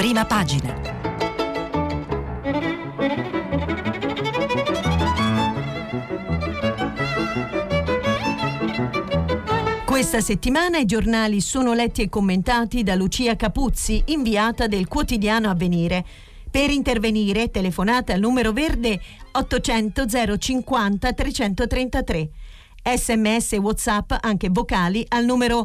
Prima pagina. Questa settimana i giornali sono letti e commentati da Lucia Capuzzi, inviata del quotidiano Avvenire. Per intervenire telefonate al numero verde 800 050 333. SMS e WhatsApp anche vocali al numero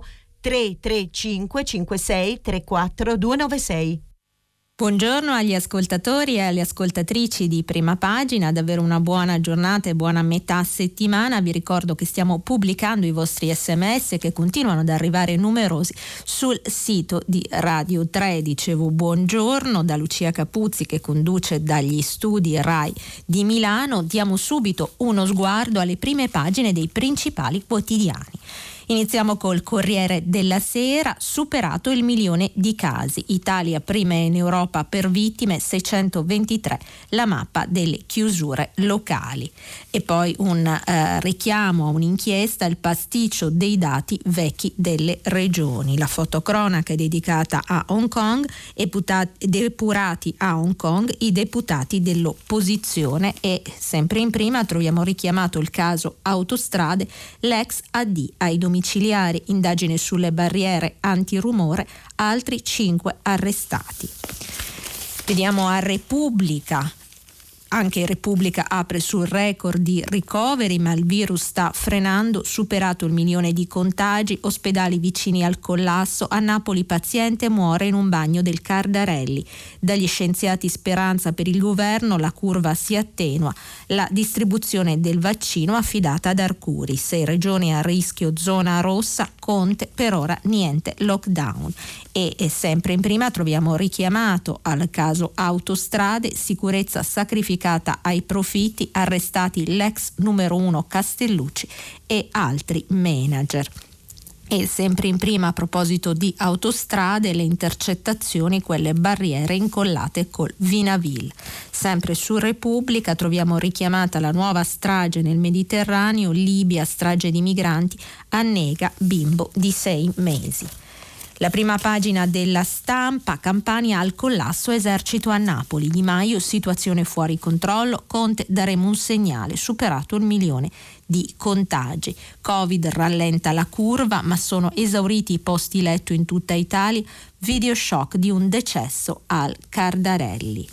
335 56 34 296. Buongiorno agli ascoltatori e alle ascoltatrici di Prima Pagina, davvero una buona giornata e buona metà settimana. Vi ricordo che stiamo pubblicando i vostri SMS che continuano ad arrivare numerosi sul sito di Radio 3. Dicevo buongiorno da Lucia Capuzzi che conduce dagli studi RAI di Milano. Diamo subito uno sguardo alle prime pagine dei principali quotidiani. Iniziamo col Corriere della Sera, superato il 1 milione di casi. Italia prima in Europa per vittime, 623, la mappa delle chiusure locali. E poi un richiamo a un'inchiesta, il pasticcio dei dati vecchi delle regioni. La fotocronaca è dedicata a Hong Kong, depurati a Hong Kong i deputati dell'opposizione, e sempre in prima troviamo richiamato il caso Autostrade, l'ex AD ai domiciliari, indagine sulle barriere antirumore, altri 5 arrestati. Vediamo a Repubblica. Anche Repubblica apre sul record di ricoveri, ma il virus sta frenando, superato il 1 milione di contagi, ospedali vicini al collasso, a Napoli paziente muore in un bagno del Cardarelli. Dagli scienziati speranza per il governo, la curva si attenua, la distribuzione del vaccino affidata ad Arcuri. 6 regioni a rischio zona rossa, Conte per ora niente lockdown. E sempre in prima troviamo richiamato al caso Autostrade, sicurezza sacrificata ai profitti, arrestati l'ex numero 1 Castellucci e altri manager. E sempre in prima, a proposito di autostrade, le intercettazioni, quelle barriere incollate col Vinavil. Sempre su Repubblica troviamo richiamata la nuova strage nel Mediterraneo, Libia, strage di migranti, annega bimbo di 6 mesi. La prima pagina della Stampa, Campania al collasso, esercito a Napoli, Di Maio, situazione fuori controllo, Conte daremo un segnale, superato il 1 milione di contagi. Covid rallenta la curva, ma sono esauriti i posti letto in tutta Italia, video shock di un decesso al Cardarelli.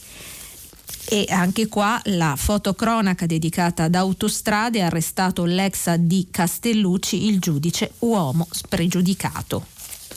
E anche qua la fotocronaca dedicata ad Autostrade, arrestato l'ex AD Castellucci, il giudice uomo spregiudicato.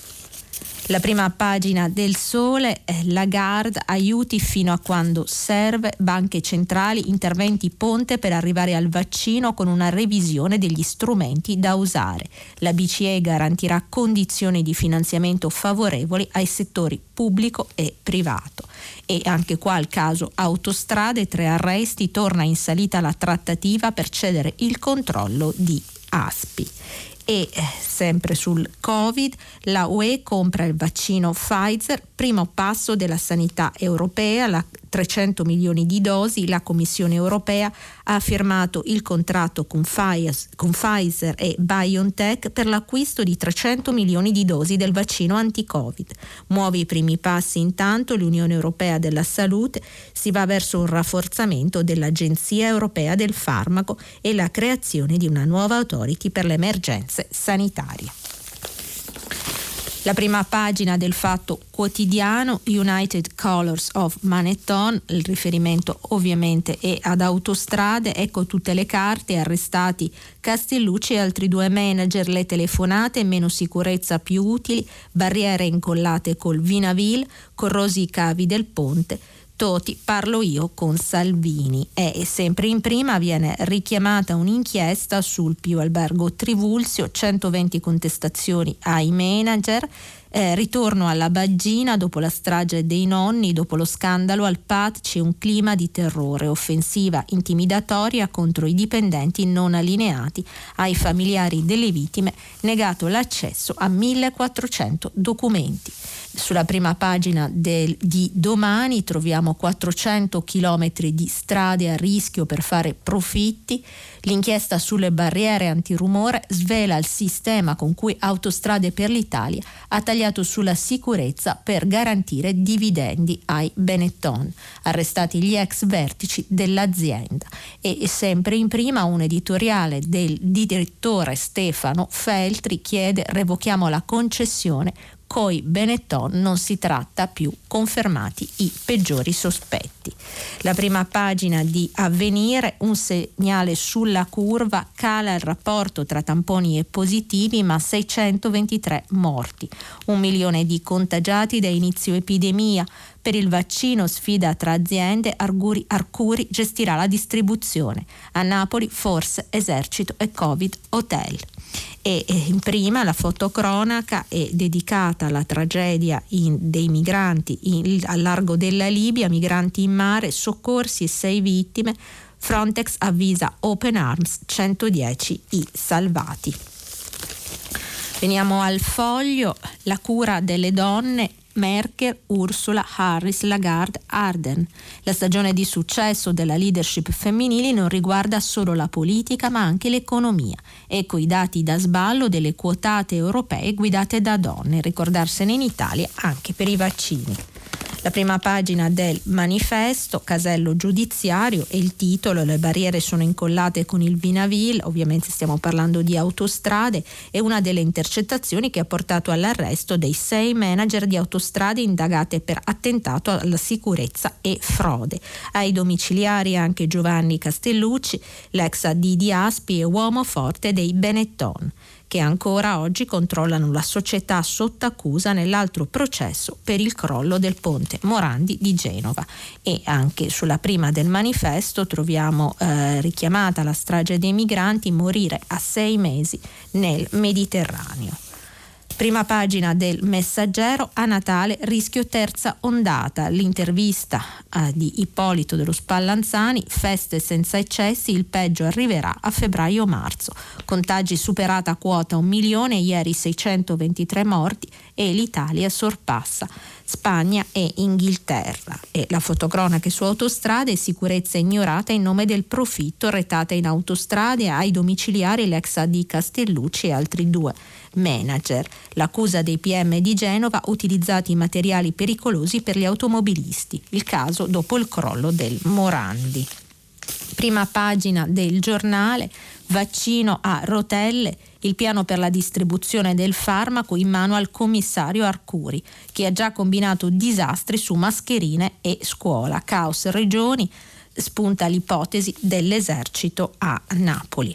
La prima pagina del Sole, Lagarde, aiuti fino a quando serve, banche centrali, interventi ponte per arrivare al vaccino con una revisione degli strumenti da usare. La BCE garantirà condizioni di finanziamento favorevoli ai settori pubblico e privato. E anche qua il caso Autostrade, 3 arresti, torna in salita la trattativa per cedere il controllo di Aspi. E sempre sul Covid, la UE compra il vaccino Pfizer, primo passo della sanità europea, 300 milioni di dosi. La Commissione europea ha firmato il contratto con Pfizer e BioNTech per l'acquisto di 300 milioni di dosi del vaccino anti-Covid. Muove i primi passi intanto l'Unione Europea della Salute, si va verso un rafforzamento dell'Agenzia Europea del Farmaco e la creazione di una nuova authority per le emergenze sanitarie. La prima pagina del Fatto Quotidiano, United Colors of Manhattan, il riferimento ovviamente è ad Autostrade, ecco tutte le carte, arrestati Castellucci e altri 2 manager, le telefonate, meno sicurezza più utili, barriere incollate col Vinavil, corrosi i cavi del ponte. Toti, parlo io con Salvini. E sempre in prima viene richiamata un'inchiesta sul Pio Albergo Trivulzio, 120 contestazioni ai manager, ritorno alla Baggina dopo la strage dei nonni, dopo lo scandalo al PAT c'è un clima di terrore, offensiva intimidatoria contro i dipendenti non allineati, ai familiari delle vittime negato l'accesso a 1400 documenti. Sulla prima pagina di Domani troviamo 400 chilometri di strade a rischio per fare profitti. L'inchiesta sulle barriere antirumore svela il sistema con cui Autostrade per l'Italia ha tagliato sulla sicurezza per garantire dividendi ai Benetton. Arrestati gli ex vertici dell'azienda. E sempre in prima un editoriale del direttore Stefano Feltri chiede: revochiamo la concessione, coi Benetton non si tratta più, confermati i peggiori sospetti. La prima pagina di Avvenire, un segnale sulla curva, cala il rapporto tra tamponi e positivi, ma 623 morti, 1 milione di contagiati da inizio epidemia. Per il vaccino sfida tra aziende, Arcuri gestirà la distribuzione. A Napoli forze, esercito e Covid hotel. E in prima la fotocronaca è dedicata alla tragedia dei migranti al largo della Libia, migranti in mare, soccorsi e 6 vittime. Frontex avvisa Open Arms, 110 i salvati. Veniamo al Foglio, la cura delle donne. Merkel, Ursula, Harris, Lagarde, Arden. La stagione di successo della leadership femminili non riguarda solo la politica ma anche l'economia. Ecco i dati da sballo delle quotate europee guidate da donne, ricordarsene in Italia anche per i vaccini. La prima pagina del Manifesto, casello giudiziario, e il titolo: le barriere sono incollate con il Vinavil. Ovviamente stiamo parlando di Autostrade. È una delle intercettazioni che ha portato all'arresto dei 6 manager di Autostrade indagate per attentato alla sicurezza e frode. Ai domiciliari anche Giovanni Castellucci, l'ex AD di Aspi e uomo forte dei Benetton, che ancora oggi controllano la società sotto accusa nell'altro processo per il crollo del ponte Morandi di Genova. E anche sulla prima del Manifesto troviamo richiamata la strage dei migranti, morire a 6 mesi nel Mediterraneo. Prima pagina del Messaggero, a Natale rischio terza ondata, l'intervista di Ippolito dello Spallanzani, feste senza eccessi, il peggio arriverà a febbraio-marzo, contagi superata quota 1 milione, ieri 623 morti e l'Italia sorpassa Spagna e Inghilterra. E la fotocronaca su Autostrade, sicurezza ignorata in nome del profitto, retata in Autostrade, ai domiciliari l'ex AD Castellucci e altri 2 manager. L'accusa dei PM di Genova: utilizzati materiali pericolosi per gli automobilisti. Il caso dopo il crollo del Morandi. Prima pagina del Giornale, vaccino a rotelle, il piano per la distribuzione del farmaco in mano al commissario Arcuri, che ha già combinato disastri su mascherine e scuola. Caos regioni, spunta l'ipotesi dell'esercito a Napoli.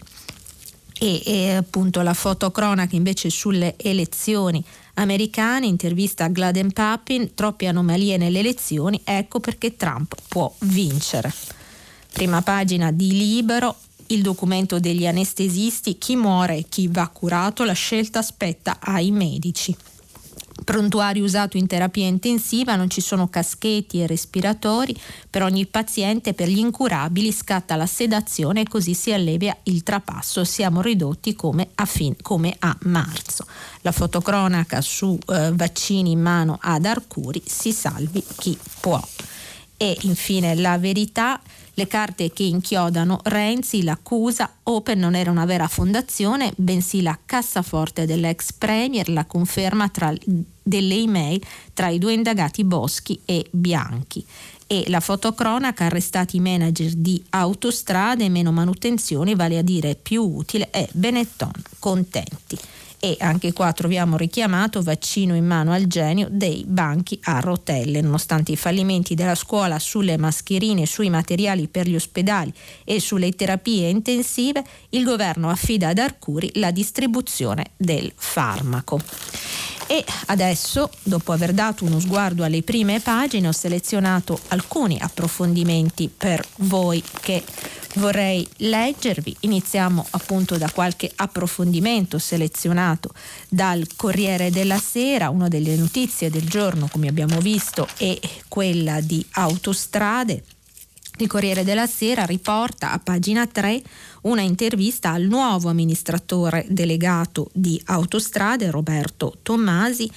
E appunto la fotocronaca invece sulle elezioni americane, intervista a Gladden Papin: troppe anomalie nelle elezioni, ecco perché Trump può vincere. Prima pagina di Libero, il documento degli anestesisti, chi muore e chi va curato, la scelta spetta ai medici. Prontuario usato in terapia intensiva, non ci sono caschetti e respiratori per ogni paziente, per gli incurabili scatta la sedazione e così si allevia il trapasso, siamo ridotti come a marzo. La fotocronaca su vaccini in mano ad Arcuri, si salvi chi può. E infine La Verità, le carte che inchiodano Renzi, l'accusa: Open non era una vera fondazione, bensì la cassaforte dell'ex premier, la conferma delle email tra i 2 indagati Boschi e Bianchi. E la fotocronaca, arrestati i manager di Autostrade, meno manutenzioni, vale a dire più utile, e Benetton contenti. E anche qua troviamo richiamato vaccino in mano al genio dei banchi a rotelle. Nonostante i fallimenti della scuola sulle mascherine, sui materiali per gli ospedali e sulle terapie intensive, il governo affida ad Arcuri la distribuzione del farmaco. E adesso, dopo aver dato uno sguardo alle prime pagine, ho selezionato alcuni approfondimenti per voi che vorrei leggervi. Iniziamo appunto da qualche approfondimento selezionato dal Corriere della Sera. Una delle notizie del giorno, come abbiamo visto, è quella di Autostrade. Il Corriere della Sera riporta a pagina 3 una intervista al nuovo amministratore delegato di Autostrade, Roberto Tommasi,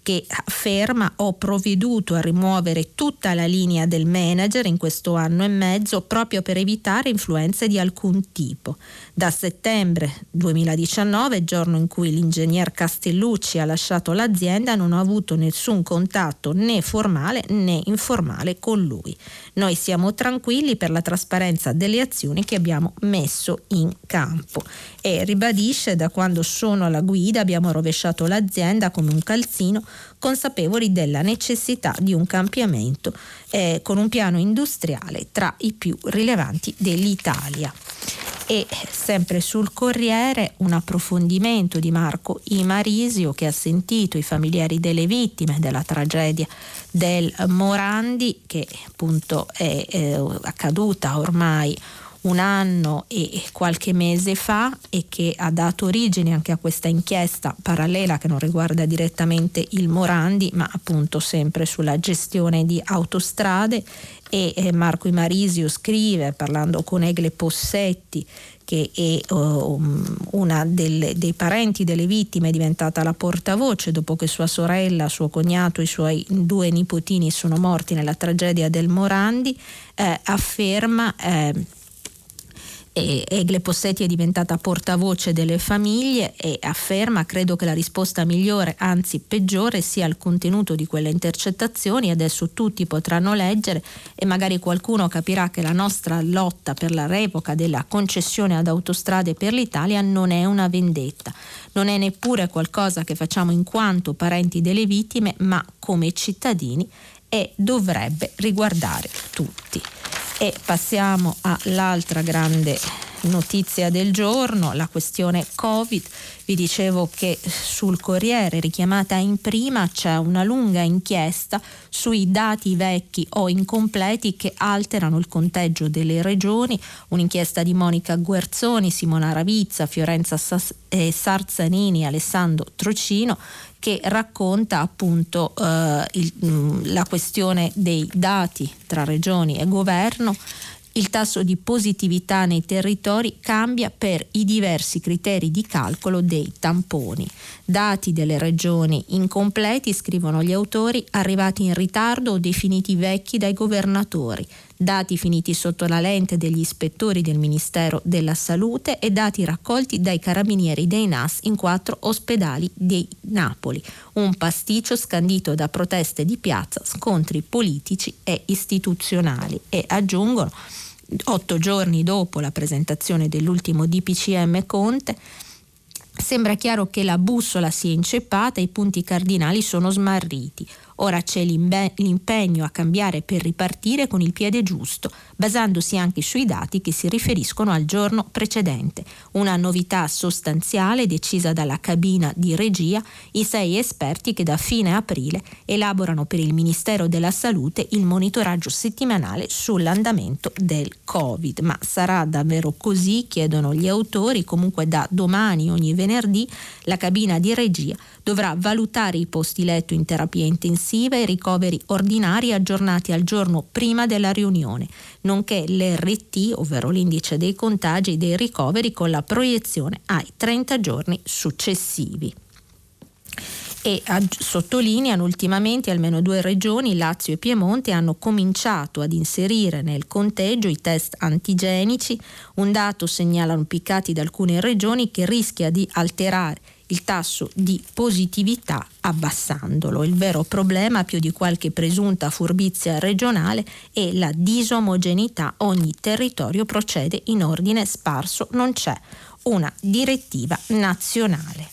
che afferma: ho provveduto a rimuovere tutta la linea del manager in questo anno e mezzo proprio per evitare influenze di alcun tipo. Da settembre 2019, giorno in cui l'ingegner Castellucci ha lasciato l'azienda, non ho avuto nessun contatto né formale né informale con lui. Noi siamo tranquilli per la trasparenza delle azioni che abbiamo messo in campo. E ribadisce: da quando sono alla guida abbiamo rovesciato l'azienda come un calzino, consapevoli della necessità di un cambiamento con un piano industriale tra i più rilevanti dell'Italia. E sempre sul Corriere un approfondimento di Marco Imarisio, che ha sentito i familiari delle vittime della tragedia del Morandi, che appunto è accaduta ormai un anno e qualche mese fa, e che ha dato origine anche a questa inchiesta parallela che non riguarda direttamente il Morandi, ma appunto sempre sulla gestione di autostrade. E Marco Imarisio scrive, parlando con Egle Possetti, che è una dei parenti delle vittime, è diventata la portavoce dopo che sua sorella, suo cognato e i suoi 2 nipotini sono morti nella tragedia del Morandi. Afferma Egle Possetti è diventata portavoce delle famiglie e afferma: credo che la risposta migliore, anzi peggiore, sia il contenuto di quelle intercettazioni. Adesso tutti potranno leggere e magari qualcuno capirà che la nostra lotta per la revoca della concessione ad Autostrade per l'Italia non è una vendetta, non è neppure qualcosa che facciamo in quanto parenti delle vittime, ma come cittadini, e dovrebbe riguardare tutti. E passiamo all'altra grande notizia del giorno, la questione Covid. Vi dicevo che sul Corriere, richiamata in prima, c'è una lunga inchiesta sui dati vecchi o incompleti che alterano il conteggio delle regioni, un'inchiesta di Monica Guerzoni, Simona Ravizza, Fiorenza Sarzanini, Alessandro Trocino, che racconta appunto la questione dei dati tra regioni e governo. Il tasso di positività nei territori cambia per i diversi criteri di calcolo dei tamponi. Dati delle regioni incompleti, scrivono gli autori, arrivati in ritardo o definiti vecchi dai governatori. Dati finiti sotto la lente degli ispettori del Ministero della Salute e dati raccolti dai carabinieri dei NAS in 4 ospedali di Napoli. Un pasticcio scandito da proteste di piazza, scontri politici e istituzionali. E aggiungono: 8 giorni dopo la presentazione dell'ultimo DPCM Conte, sembra chiaro che la bussola si è inceppata e i punti cardinali sono smarriti. Ora c'è l'impegno a cambiare per ripartire con il piede giusto, basandosi anche sui dati che si riferiscono al giorno precedente. Una novità sostanziale decisa dalla cabina di regia, i 6 esperti che da fine aprile elaborano per il Ministero della Salute il monitoraggio settimanale sull'andamento del Covid. Ma sarà davvero così? Chiedono gli autori. Comunque da domani, ogni venerdì, la cabina di regia dovrà valutare i posti letto in terapia intensiva e i ricoveri ordinari aggiornati al giorno prima della riunione, nonché l'RT, ovvero l'indice dei contagi dei ricoveri, con la proiezione ai 30 giorni successivi. E sottolineano ultimamente almeno 2 regioni, Lazio e Piemonte, hanno cominciato ad inserire nel conteggio i test antigenici, un dato, segnalano piccati da alcune regioni, che rischia di alterare il tasso di positività abbassandolo. Il vero problema, più di qualche presunta furbizia regionale, è la disomogeneità. Ogni territorio procede in ordine sparso, non c'è una direttiva nazionale.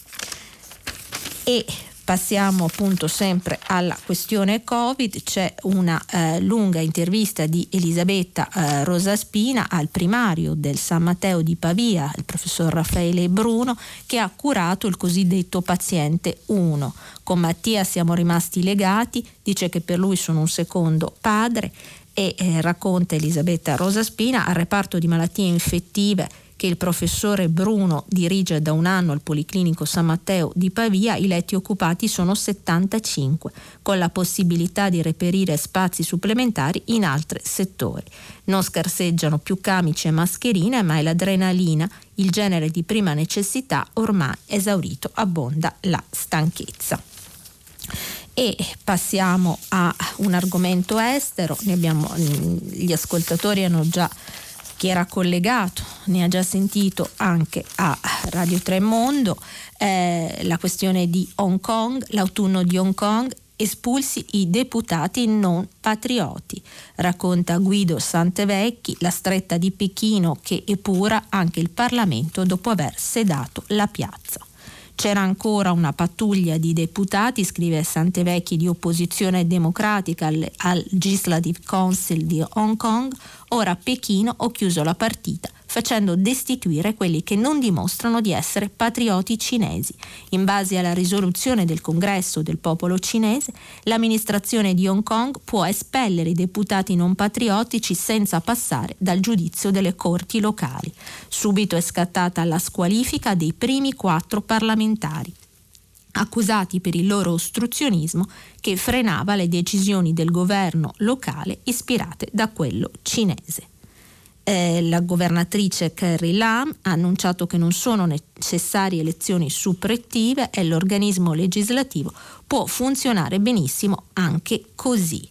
E passiamo appunto sempre alla questione Covid. C'è una lunga intervista di Elisabetta Rosaspina al primario del San Matteo di Pavia, il professor Raffaele Bruno, che ha curato il cosiddetto paziente 1. Con Mattia siamo rimasti legati, dice che per lui sono un secondo padre, e racconta Elisabetta Rosaspina: al reparto di malattie infettive che il professore Bruno dirige da un anno al Policlinico San Matteo di Pavia, i letti occupati sono 75, con la possibilità di reperire spazi supplementari in altri settori. Non scarseggiano più camici e mascherine, ma è l'adrenalina, il genere di prima necessità, ormai esaurito, abbonda la stanchezza. E passiamo a un argomento estero. Gli ascoltatori hanno già, chi era collegato ne ha già sentito anche a Radio 3 Mondo, la questione di Hong Kong, l'autunno di Hong Kong, espulsi i deputati non patrioti. Racconta Guido Santevecchi, la stretta di Pechino che epura anche il Parlamento dopo aver sedato la piazza. C'era ancora una pattuglia di deputati, scrive Santevecchi, di opposizione democratica al Legislative Council di Hong Kong. Ora a Pechino ho chiuso la partita facendo destituire quelli che non dimostrano di essere patrioti cinesi. In base alla risoluzione del Congresso del popolo cinese, l'amministrazione di Hong Kong può espellere i deputati non patriottici senza passare dal giudizio delle corti locali. Subito è scattata la squalifica dei primi 4 parlamentari, accusati per il loro ostruzionismo che frenava le decisioni del governo locale ispirate da quello cinese. La governatrice Carrie Lam ha annunciato che non sono necessarie elezioni supplettive e l'organismo legislativo può funzionare benissimo anche così.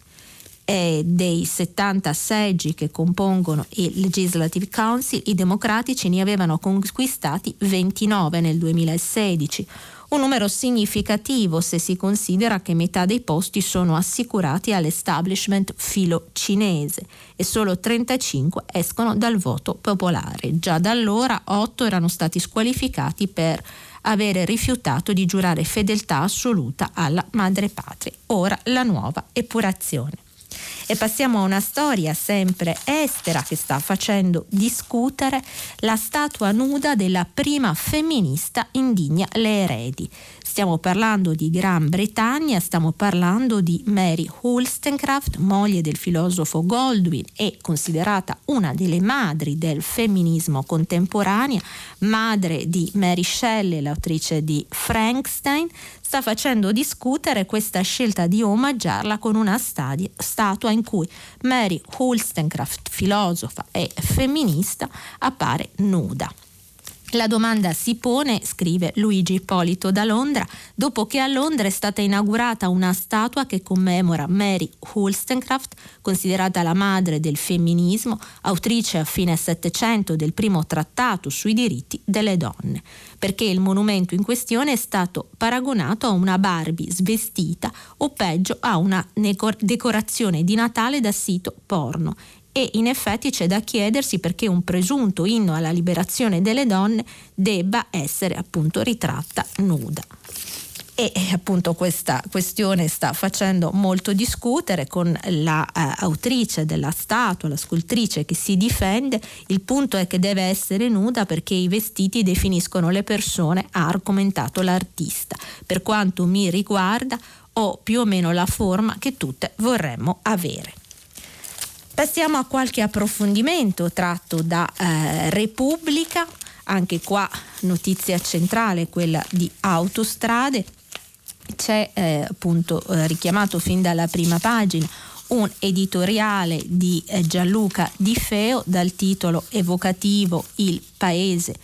Dei 70 seggi che compongono il Legislative Council, i democratici ne avevano conquistati 29 nel 2016, un numero significativo se si considera che metà dei posti sono assicurati all'establishment filo-cinese e solo 35 escono dal voto popolare. Già da allora 8 erano stati squalificati per avere rifiutato di giurare fedeltà assoluta alla madrepatria. Ora la nuova epurazione. E passiamo a una storia sempre estera che sta facendo discutere: la statua nuda della prima femminista indigna le eredi. Stiamo parlando di Gran Bretagna, stiamo parlando di Mary Wollstonecraft, moglie del filosofo Godwin e considerata una delle madri del femminismo contemporaneo, madre di Mary Shelley, l'autrice di Frankenstein. Sta facendo discutere questa scelta di omaggiarla con una statua in cui Mary Wollstonecraft, filosofa e femminista, appare nuda. La domanda si pone, scrive Luigi Ippolito da Londra, dopo che a Londra è stata inaugurata una statua che commemora Mary Wollstonecraft, considerata la madre del femminismo, autrice a fine Settecento del primo trattato sui diritti delle donne, perché il monumento in questione è stato paragonato a una Barbie svestita o peggio a una decorazione di Natale da sito porno. E in effetti c'è da chiedersi perché un presunto inno alla liberazione delle donne debba essere appunto ritratta nuda. E appunto questa questione sta facendo molto discutere, con la autrice della statua, la scultrice, che si difende. Il punto è che deve essere nuda perché i vestiti definiscono le persone, ha argomentato l'artista. Per quanto mi riguarda, ho più o meno la forma che tutte vorremmo avere. Passiamo a qualche approfondimento tratto da Repubblica. Anche qua notizia centrale, quella di autostrade. C'è appunto richiamato fin dalla prima pagina un editoriale di Gianluca Di Feo dal titolo evocativo Il paese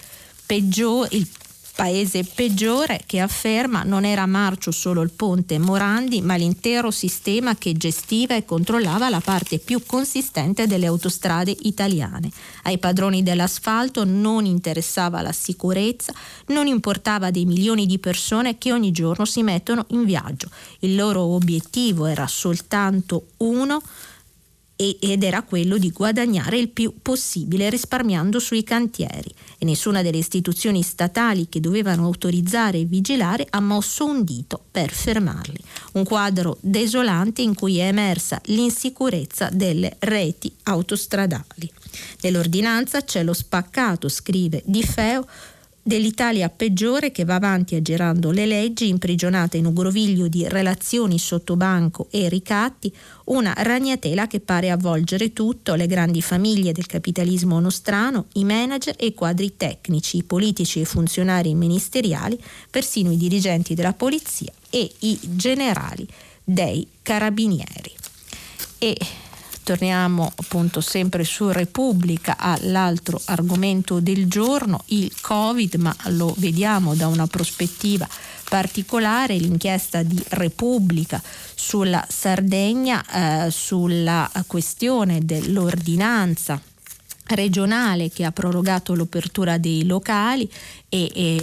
peggiore, che afferma non era a marcio solo il ponte Morandi ma l'intero sistema che gestiva e controllava la parte più consistente delle autostrade italiane. Ai padroni dell'asfalto non interessava la sicurezza, non importava dei milioni di persone che ogni giorno si mettono in viaggio. Il loro obiettivo era soltanto uno, ed era quello di guadagnare il più possibile risparmiando sui cantieri, e nessuna delle istituzioni statali che dovevano autorizzare e vigilare ha mosso un dito per fermarli. Un quadro desolante in cui è emersa l'insicurezza delle reti autostradali. Nell'ordinanza c'è lo spaccato, scrive Di Feo, dell'Italia peggiore che va avanti aggirando le leggi, imprigionata in un groviglio di relazioni sottobanco e ricatti, una ragnatela che pare avvolgere tutto: le grandi famiglie del capitalismo nostrano, i manager e i quadri tecnici, i politici e i funzionari ministeriali, persino i dirigenti della polizia e i generali dei carabinieri. E torniamo appunto sempre su Repubblica all'altro argomento del giorno, il Covid, ma lo vediamo da una prospettiva particolare l'inchiesta di Repubblica sulla Sardegna, sulla questione dell'ordinanza regionale che ha prorogato l'apertura dei locali e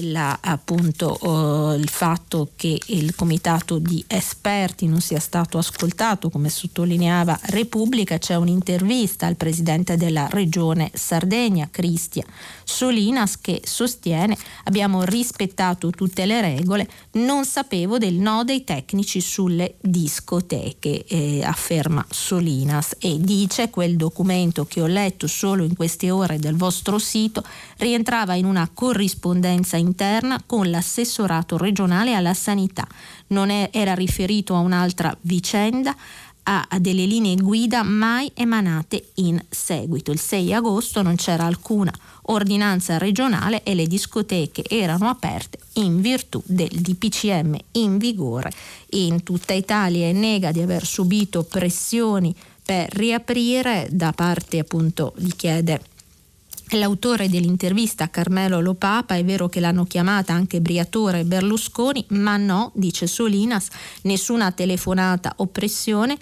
appunto il fatto che il comitato di esperti non sia stato ascoltato, come sottolineava Repubblica. C'è un'intervista al presidente della regione Sardegna, Cristian Solinas, che sostiene: abbiamo rispettato tutte le regole, non sapevo del no dei tecnici sulle discoteche, afferma Solinas, e dice: quel documento che ho letto solo in queste ore del vostro sito rientrava in una corrispondenza interna con l'assessorato regionale alla sanità, non era riferito a un'altra vicenda, a delle linee guida mai emanate in seguito. Il 6 agosto non c'era alcuna ordinanza regionale e le discoteche erano aperte in virtù del DPCM in vigore in tutta Italia, e nega di aver subito pressioni per riaprire da parte, appunto, gli chiede l'autore dell'intervista, Carmelo Lopapa. È vero che l'hanno chiamata anche Briatore e Berlusconi, ma no, dice Solinas, nessuna telefonata o pressione.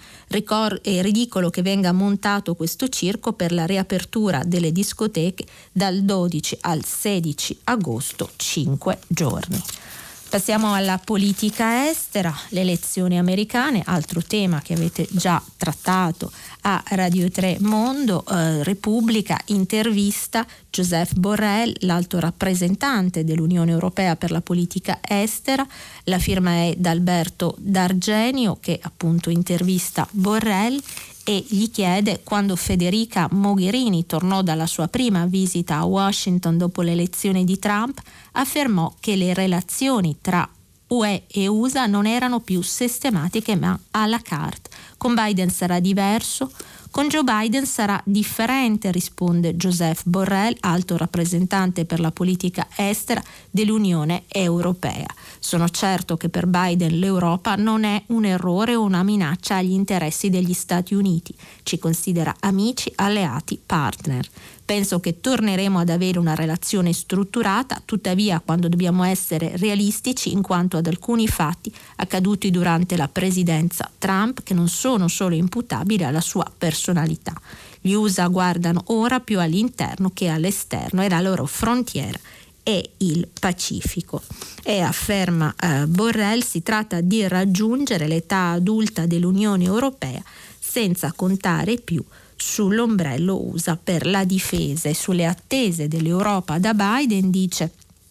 È ridicolo che venga montato questo circo per la riapertura delle discoteche dal 12 al 16 agosto, 5 giorni. Passiamo alla politica estera, le elezioni americane, altro tema che avete già trattato a Radio 3 Mondo. Repubblica intervista Josep Borrell, l'alto rappresentante dell'Unione Europea per la politica estera. La firma è d'Alberto D'Argenio, che appunto intervista Borrell e gli chiede: quando Federica Mogherini tornò dalla sua prima visita a Washington dopo l'elezione di Trump, affermò che le relazioni tra UE e USA non erano più sistematiche ma à la carte. Con Biden sarà diverso? Con Joe Biden sarà differente, risponde Josep Borrell, alto rappresentante per la politica estera dell'Unione Europea. Sono certo che per Biden l'Europa non è un errore o una minaccia agli interessi degli Stati Uniti. Ci considera amici, alleati, partner. Penso che torneremo ad avere una relazione strutturata, tuttavia quando dobbiamo essere realistici in quanto ad alcuni fatti accaduti durante la presidenza Trump che non sono solo imputabili alla sua personalità. Gli USA guardano ora più all'interno che all'esterno e la loro frontiera è il Pacifico. E afferma Borrell, si tratta di raggiungere l'età adulta dell'Unione Europea senza contare più sull'ombrello USA per la difesa. E sulle attese dell'Europa da Biden dice: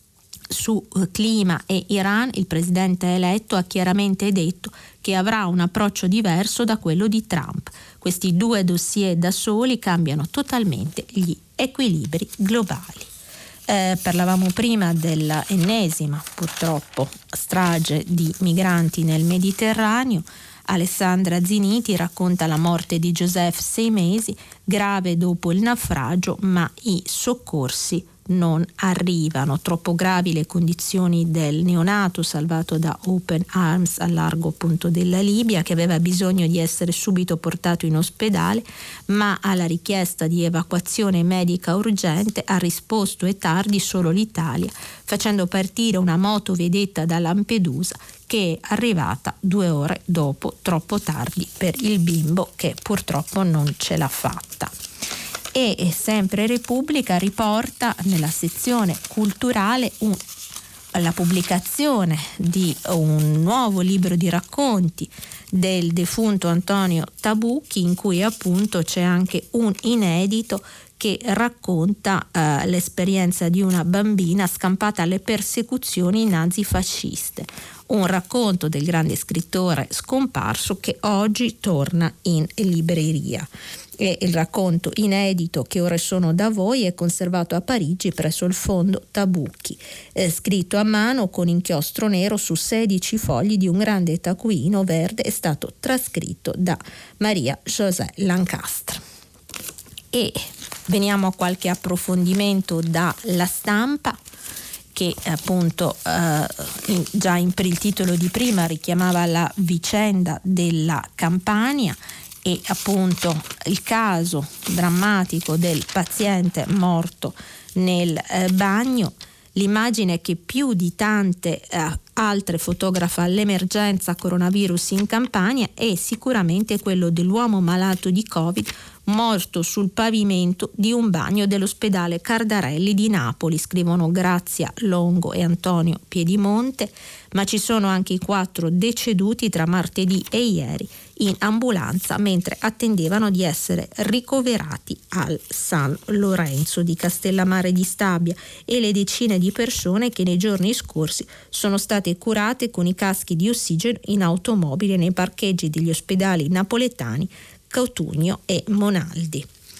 su clima e Iran il presidente eletto ha chiaramente detto che avrà un approccio diverso da quello di Trump. Questi due dossier da soli cambiano totalmente gli equilibri globali. Parlavamo prima dell'ennesima, purtroppo, strage di migranti nel Mediterraneo. Alessandra Ziniti racconta la morte di Joseph, 6 mesi, grave dopo il naufragio, ma i soccorsi non arrivano. Troppo gravi le condizioni del neonato salvato da Open Arms al largo appunto della Libia, che aveva bisogno di essere subito portato in ospedale, ma alla richiesta di evacuazione medica urgente ha risposto e tardi solo l'Italia, facendo partire una motovedetta da Lampedusa che è arrivata 2 ore dopo, troppo tardi per il bimbo che purtroppo non ce l'ha fatta. E sempre Repubblica riporta nella sezione culturale la pubblicazione di un nuovo libro di racconti del defunto Antonio Tabucchi, in cui appunto c'è anche un inedito che racconta l'esperienza di una bambina scampata alle persecuzioni nazifasciste. Un racconto del grande scrittore scomparso che oggi torna in libreria. E il racconto inedito Che ore sono da voi è conservato a Parigi presso il fondo Tabucchi, scritto a mano con inchiostro nero su 16 fogli di un grande taccuino verde, è stato trascritto da Maria José Lancastre. E veniamo a qualche approfondimento dalla Stampa, che appunto già per il titolo di prima richiamava la vicenda della Campania e appunto il caso drammatico del paziente morto nel bagno. L'immagine che più di tante altre fotografa l'emergenza coronavirus in Campania e sicuramente quello dell'uomo malato di Covid morto sul pavimento di un bagno dell'ospedale Cardarelli di Napoli, scrivono Grazia Longo e Antonio Piedimonte, ma ci sono anche i 4 deceduti tra martedì e ieri in ambulanza mentre attendevano di essere ricoverati al San Lorenzo di Castellammare di Stabia e le decine di persone che nei giorni scorsi sono state curate con i caschi di ossigeno in automobile nei parcheggi degli ospedali napoletani Cotugno e Monaldi.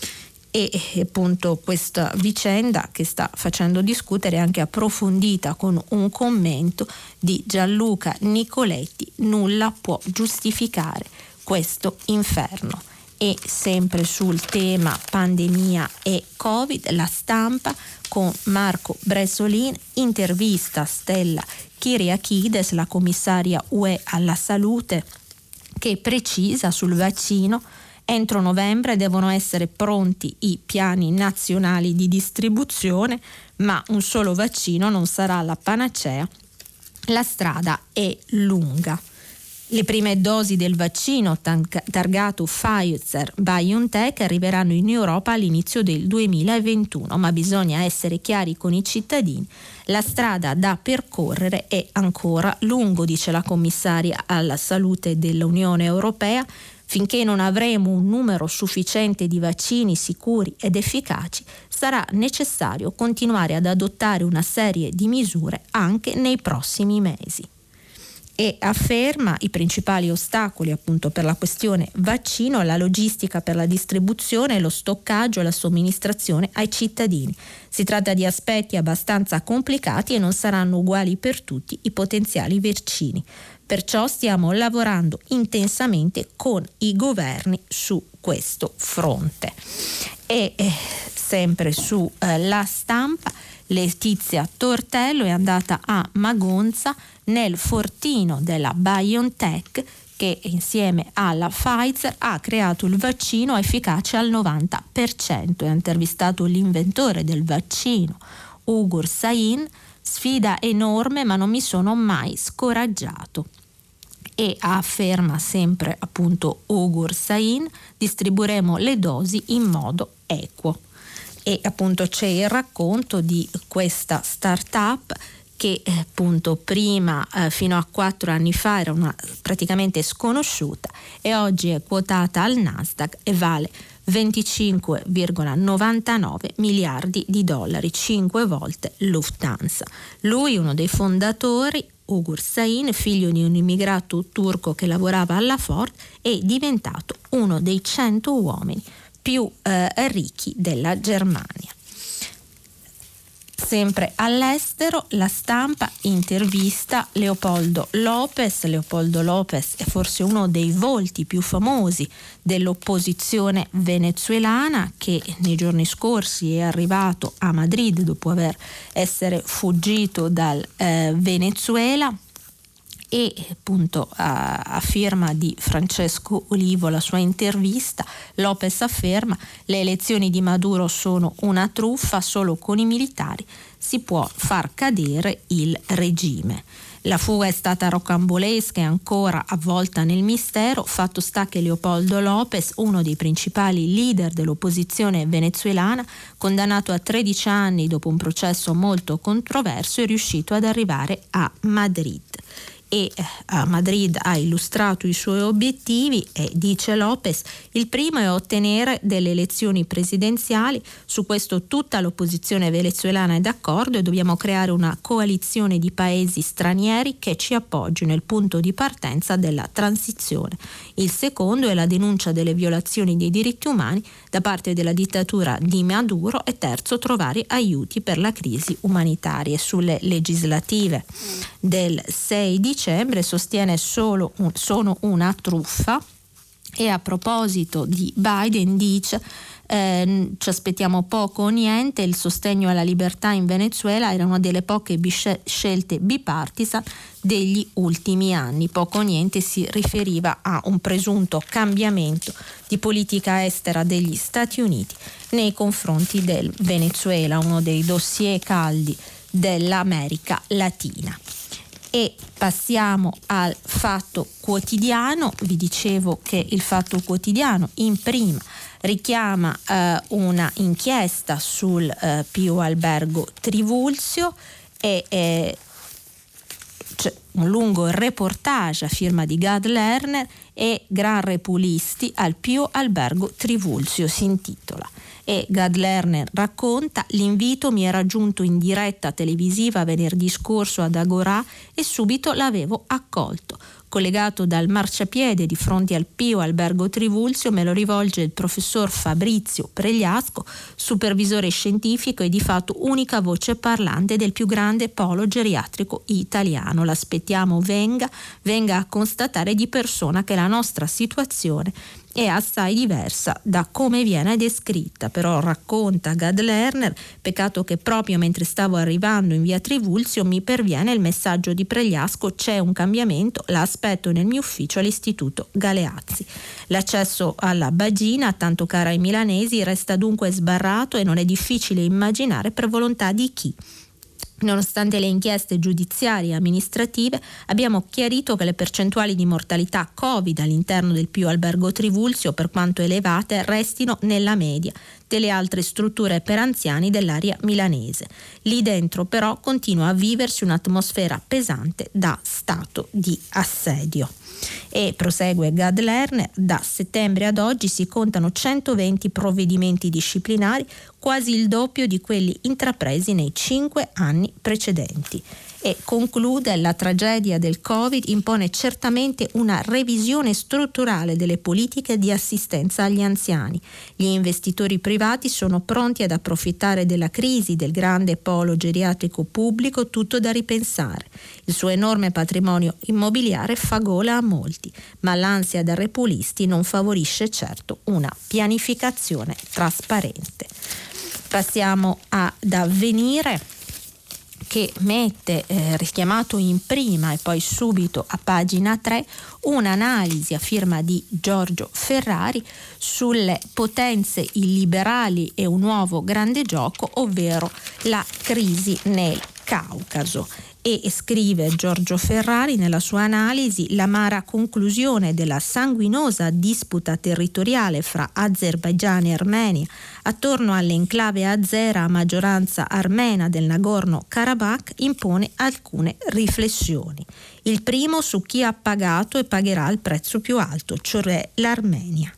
E appunto questa vicenda che sta facendo discutere è anche approfondita con un commento di Gianluca Nicoletti: nulla può giustificare questo inferno. E sempre sul tema pandemia e Covid, La Stampa con Marco Bresolin intervista Stella Kyriakides, la commissaria UE alla salute, che precisa sul vaccino: entro novembre devono essere pronti i piani nazionali di distribuzione, ma un solo vaccino non sarà la panacea. La strada è lunga. Le prime dosi del vaccino targato Pfizer-BioNTech arriveranno in Europa all'inizio del 2021, ma bisogna essere chiari con i cittadini. La strada da percorrere è ancora lunga, dice la commissaria alla salute dell'Unione Europea. Finché non avremo un numero sufficiente di vaccini sicuri ed efficaci, sarà necessario continuare ad adottare una serie di misure anche nei prossimi mesi. E afferma i principali ostacoli appunto per la questione vaccino: la logistica per la distribuzione, lo stoccaggio e la somministrazione ai cittadini. Si tratta di aspetti abbastanza complicati e non saranno uguali per tutti i potenziali vaccini. Perciò stiamo lavorando intensamente con i governi su questo fronte. E sempre su La Stampa, Letizia Tortello è andata a Magonza nel fortino della BioNTech, che insieme alla Pfizer ha creato il vaccino efficace al 90%. Ha intervistato l'inventore del vaccino, Ugur Sahin: sfida enorme, ma non mi sono mai scoraggiato. E afferma sempre appunto Ugur Sahin: distribuiremo le dosi in modo equo. E appunto c'è il racconto di questa startup che appunto prima fino a 4 anni fa era praticamente sconosciuta e oggi è quotata al Nasdaq e vale 25,99 miliardi di dollari, 5 volte Lufthansa. Lui, uno dei fondatori, Ugur Sahin, figlio di un immigrato turco che lavorava alla Ford, è diventato uno dei 100 uomini più ricchi della Germania. Sempre all'estero, La Stampa intervista Leopoldo López. Leopoldo López è forse uno dei volti più famosi dell'opposizione venezuelana, che nei giorni scorsi è arrivato a Madrid dopo essere fuggito dal Venezuela. E appunto a firma di Francesco Olivo la sua intervista, López afferma: le elezioni di Maduro sono una truffa, solo con i militari si può far cadere il regime. La fuga è stata rocambolesca e ancora avvolta nel mistero. Fatto sta che Leopoldo López, uno dei principali leader dell'opposizione venezuelana, condannato a 13 anni dopo un processo molto controverso, è riuscito ad arrivare a Madrid. E a Madrid ha illustrato i suoi obiettivi e dice López: il primo è ottenere delle elezioni presidenziali, su questo tutta l'opposizione venezuelana è d'accordo e dobbiamo creare una coalizione di paesi stranieri che ci appoggino nel punto di partenza della transizione. Il secondo è la denuncia delle violazioni dei diritti umani da parte della dittatura di Maduro e terzo trovare aiuti per la crisi umanitaria. Sulle legislative del 6 dicembre sostiene sono una truffa. E a proposito di Biden dice ci aspettiamo poco o niente, il sostegno alla libertà in Venezuela era una delle poche scelte bipartisan degli ultimi anni. Poco o niente si riferiva a un presunto cambiamento di politica estera degli Stati Uniti nei confronti del Venezuela, uno dei dossier caldi dell'America Latina. E passiamo al Fatto Quotidiano. Vi dicevo che il Fatto Quotidiano in prima richiama una inchiesta sul Pio Albergo Trivulzio e c'è un lungo reportage a firma di Gad Lerner e Gran Repulisti al Pio Albergo Trivulzio si intitola. E Gad Lerner racconta: l'invito mi era giunto in diretta televisiva venerdì scorso ad Agorà e subito l'avevo accolto. Collegato dal marciapiede di fronte al Pio Albergo Trivulzio me lo rivolge il professor Fabrizio Pregliasco, supervisore scientifico e di fatto unica voce parlante del più grande polo geriatrico italiano. L'aspettiamo venga a constatare di persona che la nostra situazione è assai diversa da come viene descritta. Però, racconta Gad Lerner, peccato che proprio mentre stavo arrivando in via Trivulzio mi perviene il messaggio di Pregliasco: c'è un cambiamento, la aspetto nel mio ufficio all'Istituto Galeazzi. L'accesso alla Bagina, tanto cara ai milanesi, resta dunque sbarrato e non è difficile immaginare per volontà di chi. Nonostante le inchieste giudiziarie e amministrative, abbiamo chiarito che le percentuali di mortalità Covid all'interno del Pio Albergo Trivulzio, per quanto elevate, restino nella media delle altre strutture per anziani dell'area milanese. Lì dentro però continua a viversi un'atmosfera pesante da stato di assedio. E prosegue Gad Lerner: da settembre ad oggi si contano 120 provvedimenti disciplinari, quasi il doppio di quelli intrapresi nei 5 anni precedenti. E conclude: la tragedia del Covid impone certamente una revisione strutturale delle politiche di assistenza agli anziani. Gli investitori privati sono pronti ad approfittare della crisi del grande polo geriatrico pubblico, tutto da ripensare. Il suo enorme patrimonio immobiliare fa gola a molti, ma l'ansia da repulisti non favorisce certo una pianificazione trasparente. Passiamo ad Avvenire, che mette richiamato in prima e poi subito a pagina 3 un'analisi a firma di Giorgio Ferrari sulle potenze illiberali e un nuovo grande gioco, ovvero la crisi nel Caucaso. E scrive Giorgio Ferrari nella sua analisi: l'amara conclusione della sanguinosa disputa territoriale fra Azerbaigian e Armenia attorno all'enclave azera a maggioranza armena del Nagorno-Karabakh impone alcune riflessioni. Il primo su chi ha pagato e pagherà il prezzo più alto, cioè l'Armenia.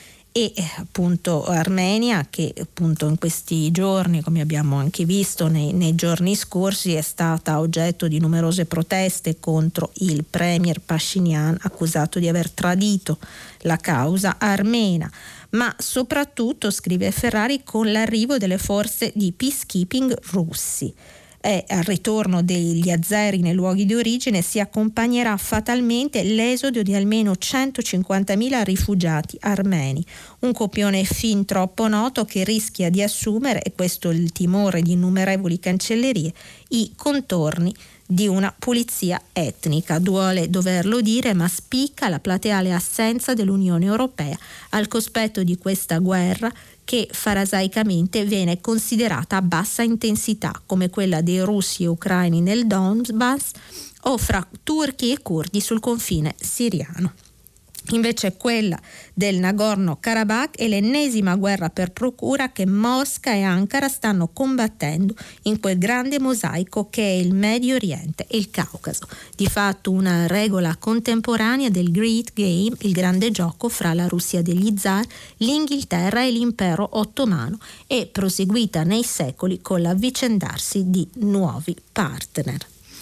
E appunto Armenia, che appunto in questi giorni, come abbiamo anche visto nei giorni scorsi, è stata oggetto di numerose proteste contro il premier Pashinyan, accusato di aver tradito la causa armena, ma soprattutto, scrive Ferrari, con l'arrivo delle forze di peacekeeping russi. E al ritorno degli azeri nei luoghi di origine si accompagnerà fatalmente l'esodo di almeno 150.000 rifugiati armeni, un copione fin troppo noto che rischia di assumere, e questo è il timore di innumerevoli cancellerie, i contorni di una pulizia etnica. Duole doverlo dire, ma spicca la plateale assenza dell'Unione Europea al cospetto di questa guerra che farasaicamente viene considerata a bassa intensità, come quella dei russi e ucraini nel Donbass o fra turchi e curdi sul confine siriano. Invece quella del Nagorno-Karabakh è l'ennesima guerra per procura che Mosca e Ankara stanno combattendo in quel grande mosaico che è il Medio Oriente e il Caucaso, di fatto una regola contemporanea del Great Game, il grande gioco fra la Russia degli zar, l'Inghilterra e l'impero ottomano, e proseguita nei secoli con l'avvicendarsi di nuovi partner.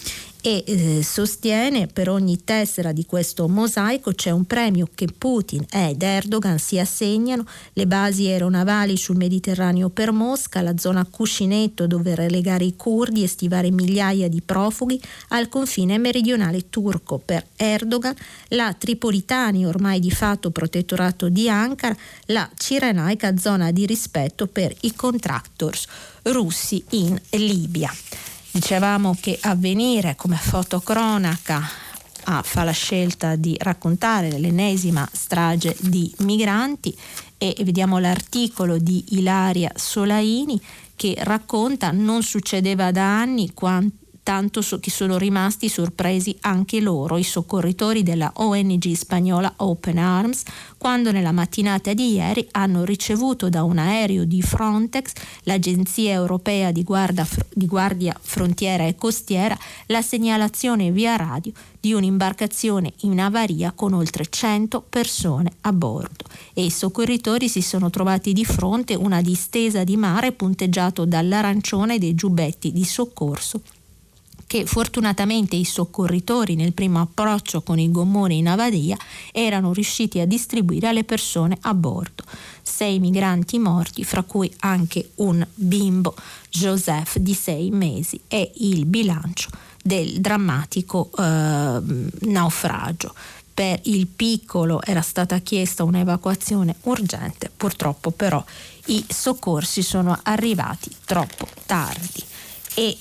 E sostiene: per ogni tessera di questo mosaico c'è un premio che Putin ed Erdogan si assegnano, le basi aeronavali sul Mediterraneo per Mosca, la zona cuscinetto dove relegare i curdi e stivare migliaia di profughi al confine meridionale turco per Erdogan, la Tripolitania ormai di fatto protettorato di Ankara, la cirenaica zona di rispetto per i contractors russi in Libia. Dicevamo che Avvenire, come fotocronaca, fa la scelta di raccontare l'ennesima strage di migranti, e vediamo l'articolo di Ilaria Solaini che racconta: non succedeva da anni tanto che sono rimasti sorpresi anche loro, i soccorritori della ONG spagnola Open Arms, quando nella mattinata di ieri hanno ricevuto da un aereo di Frontex, l'Agenzia Europea di Guardia Frontiera e Costiera, la segnalazione via radio di un'imbarcazione in avaria con oltre 100 persone a bordo, e i soccorritori si sono trovati di fronte una distesa di mare punteggiato dall'arancione dei giubbetti di soccorso che fortunatamente i soccorritori nel primo approccio con i gommoni in avaria erano riusciti a distribuire alle persone a bordo. 6 migranti morti, fra cui anche un bimbo, Joseph, di 6 mesi, e il bilancio del drammatico naufragio. Per il piccolo era stata chiesta un'evacuazione urgente, purtroppo però i soccorsi sono arrivati troppo tardi. E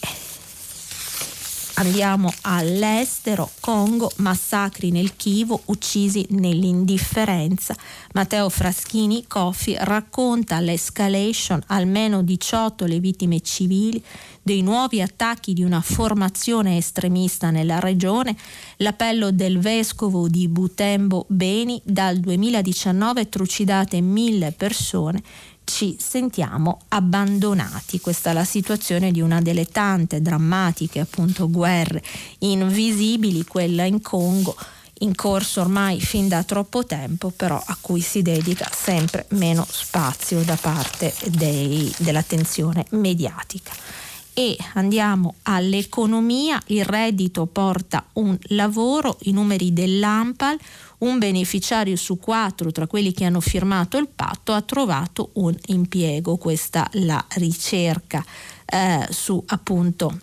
andiamo all'estero. Congo, massacri nel Kivu, uccisi nell'indifferenza. Matteo Fraschini Coffi racconta l'escalation, almeno 18 le vittime civili, dei nuovi attacchi di una formazione estremista nella regione, l'appello del vescovo di Butembo Beni: dal 2019 trucidate 1000 persone, ci sentiamo abbandonati. Questa è la situazione di una delle tante drammatiche appunto guerre invisibili, quella in Congo, in corso ormai fin da troppo tempo, però a cui si dedica sempre meno spazio da parte dell'attenzione mediatica. E andiamo all'economia. Il reddito porta un lavoro, i numeri dell'ANPAL: un beneficiario su 4 tra quelli che hanno firmato il patto ha trovato un impiego. Questa la ricerca su appunto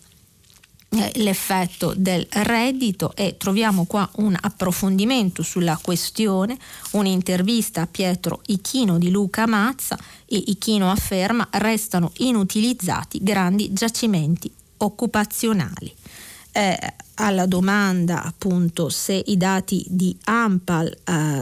l'effetto del reddito, e troviamo qua un approfondimento sulla questione, un'intervista a Pietro Ichino di Luca Mazza, e Ichino afferma: restano inutilizzati grandi giacimenti occupazionali. Alla domanda appunto se i dati di ANPAL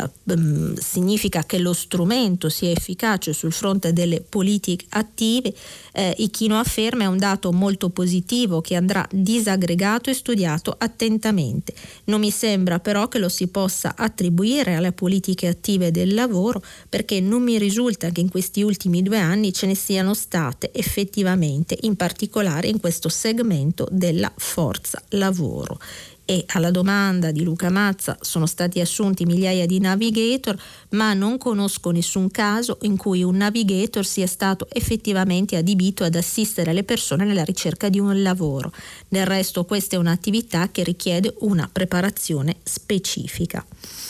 significa che lo strumento sia efficace sul fronte delle politiche attive, Ichino afferma: è un dato molto positivo che andrà disaggregato e studiato attentamente. Non mi sembra però che lo si possa attribuire alle politiche attive del lavoro, perché non mi risulta che in questi ultimi 2 anni ce ne siano state effettivamente, in particolare in questo segmento della forza lavoro. E alla domanda di Luca Mazza: sono stati assunti migliaia di navigator, ma non conosco nessun caso in cui un navigator sia stato effettivamente adibito ad assistere le persone nella ricerca di un lavoro. Del resto questa è un'attività che richiede una preparazione specifica.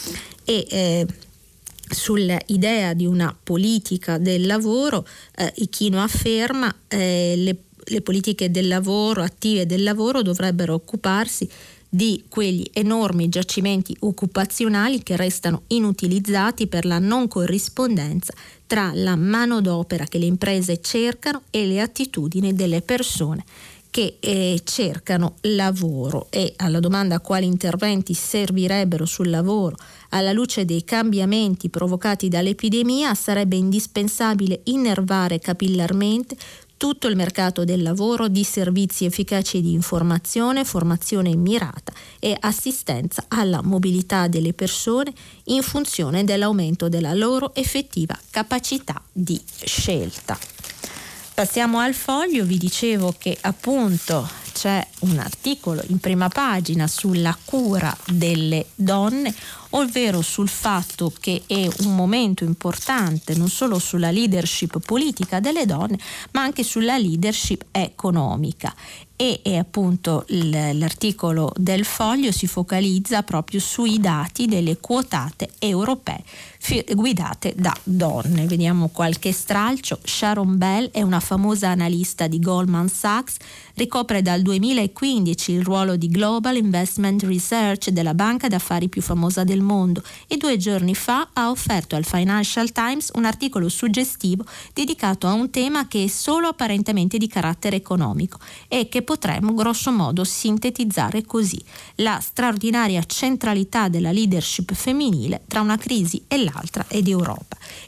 E sull'idea di una politica del lavoro, Ichino afferma le politiche del lavoro, attive del lavoro, dovrebbero occuparsi di quegli enormi giacimenti occupazionali che restano inutilizzati per la non corrispondenza tra la manodopera che le imprese cercano e le attitudini delle persone che cercano lavoro. E alla domanda quali interventi servirebbero sul lavoro alla luce dei cambiamenti provocati dall'epidemia, sarebbe indispensabile innervare capillarmente tutto il mercato del lavoro di servizi efficaci di informazione, formazione mirata e assistenza alla mobilità delle persone in funzione dell'aumento della loro effettiva capacità di scelta. Passiamo al Foglio. Vi dicevo che appunto c'è un articolo in prima pagina sulla cura delle donne, ovvero sul fatto che è un momento importante non solo sulla leadership politica delle donne, ma anche sulla leadership economica. E appunto l'articolo del Foglio si focalizza proprio sui dati delle quotate europee guidate da donne. Vediamo qualche stralcio. Sharon Bell è una famosa analista di Goldman Sachs, ricopre dal 2015 il ruolo di Global Investment Research della banca d'affari più famosa del mondo, e 2 giorni fa ha offerto al Financial Times un articolo suggestivo dedicato a un tema che è solo apparentemente di carattere economico e che potremmo grosso modo sintetizzare così: la straordinaria centralità della leadership femminile tra una crisi e l'altra ed Europa.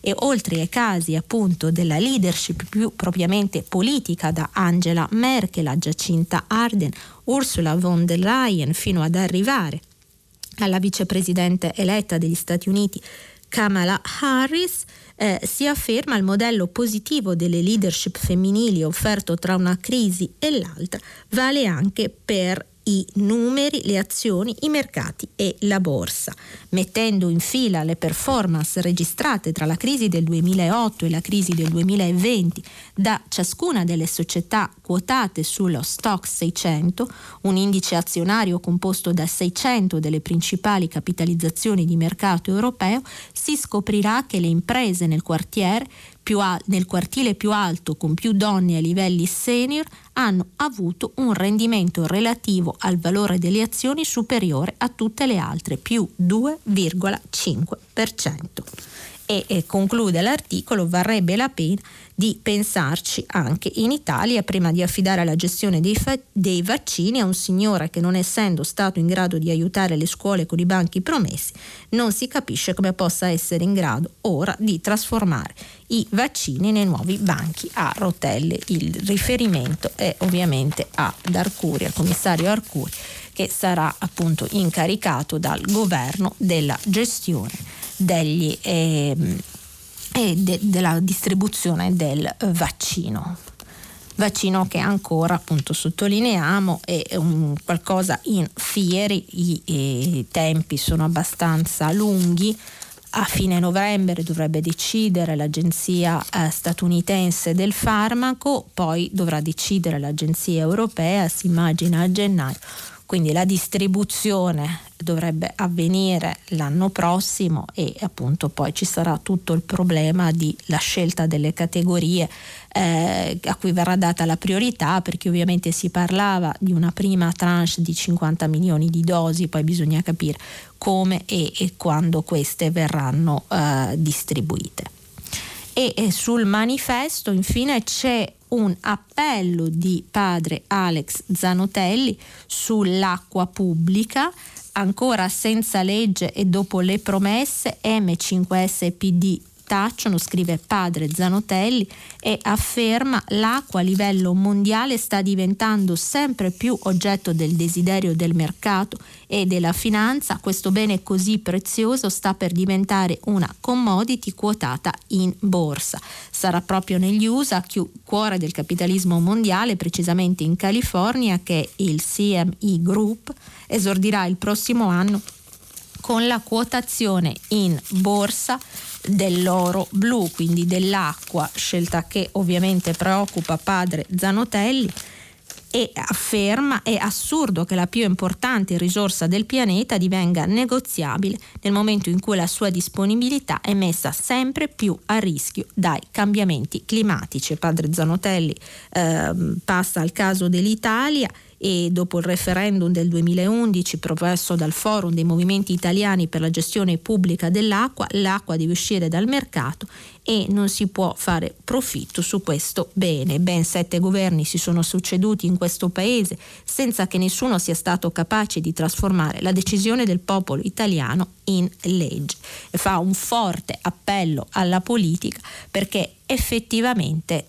e oltre ai casi appunto della leadership più propriamente politica, da Angela Merkel a Jacinta Ardern, Ursula von der Leyen, fino ad arrivare alla vicepresidente eletta degli Stati Uniti Kamala Harris, si afferma il modello positivo delle leadership femminili offerto tra una crisi e l'altra vale anche per i numeri, le azioni, i mercati e la borsa, mettendo in fila le performance registrate tra la crisi del 2008 e la crisi del 2020 da ciascuna delle società quotate sullo Stoxx 600, un indice azionario composto da 600 delle principali capitalizzazioni di mercato europeo. Si scoprirà che le imprese nel quartiere più alto con più donne ai livelli senior hanno avuto un rendimento relativo al valore delle azioni superiore a tutte le altre, più 2,5%. E conclude l'articolo: varrebbe la pena di pensarci anche in Italia prima di affidare la gestione dei vaccini a un signore che, non essendo stato in grado di aiutare le scuole con i banchi promessi, non si capisce come possa essere in grado ora di trasformare i vaccini nei nuovi banchi a rotelle. Il riferimento è ovviamente ad Arcuri, al commissario Arcuri, che sarà appunto incaricato dal governo della gestione della distribuzione del vaccino che ancora, appunto, sottolineiamo, è un qualcosa in fieri. I tempi sono abbastanza lunghi. A fine novembre dovrebbe decidere l'agenzia statunitense del farmaco, poi dovrà decidere l'agenzia europea, si immagina a gennaio. Quindi la distribuzione dovrebbe avvenire l'anno prossimo e appunto poi ci sarà tutto il problema di la scelta delle categorie a cui verrà data la priorità, perché ovviamente si parlava di una prima tranche di 50 milioni di dosi, poi bisogna capire come e quando queste verranno distribuite. E sul manifesto infine c'è un appello di padre Alex Zanotelli sull'acqua pubblica, ancora senza legge e dopo le promesse. M5S e PD tacciono, scrive padre Zanotelli, e afferma: l'acqua a livello mondiale sta diventando sempre più oggetto del desiderio del mercato e della finanza. Questo bene così prezioso sta per diventare una commodity quotata in borsa. Sarà proprio negli USA, cuore del capitalismo mondiale, precisamente in California, che il CME Group esordirà il prossimo anno con la quotazione in borsa dell'oro blu, quindi dell'acqua, scelta che ovviamente preoccupa padre Zanotelli, e afferma: è assurdo che la più importante risorsa del pianeta divenga negoziabile nel momento in cui la sua disponibilità è messa sempre più a rischio dai cambiamenti climatici. Padre Zanotelli passa al caso dell'Italia e dopo il referendum del 2011 promosso dal Forum dei Movimenti Italiani per la gestione pubblica dell'acqua, l'acqua deve uscire dal mercato e non si può fare profitto su questo bene. Ben 7 governi si sono succeduti in questo paese senza che nessuno sia stato capace di trasformare la decisione del popolo italiano in legge. E fa un forte appello alla politica perché effettivamente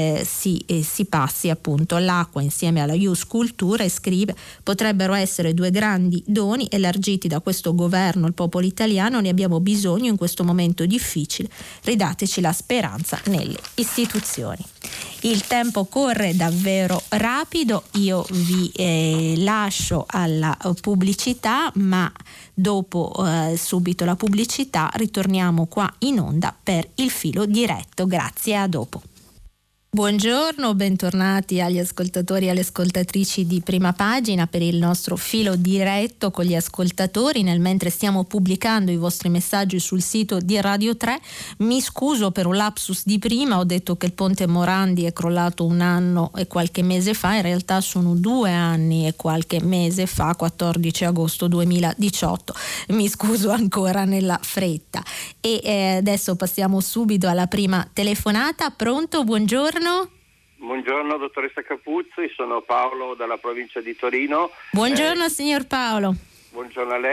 si passi appunto all'acqua insieme alla Ius Cultura, e scrive: potrebbero essere due grandi doni elargiti da questo governo al popolo italiano, ne abbiamo bisogno in questo momento difficile, ridateci la speranza nelle istituzioni. Il tempo corre davvero rapido, io vi lascio alla pubblicità, ma dopo subito la pubblicità ritorniamo qua in onda per il filo diretto. Grazie, a dopo. Buongiorno, bentornati agli ascoltatori e alle ascoltatrici di Prima Pagina per il nostro filo diretto con gli ascoltatori. Nel mentre stiamo pubblicando i vostri messaggi sul sito di Radio 3, mi scuso per un lapsus di prima, ho detto che il ponte Morandi è crollato 1 anno e qualche mese fa, in realtà sono 2 anni e qualche mese fa, 14 agosto 2018, mi scuso ancora nella fretta. E adesso passiamo subito alla prima telefonata. Pronto? Buongiorno. Buongiorno dottoressa Capuzzi, sono Paolo dalla provincia di Torino. Buongiorno signor Paolo. Buongiorno a lei.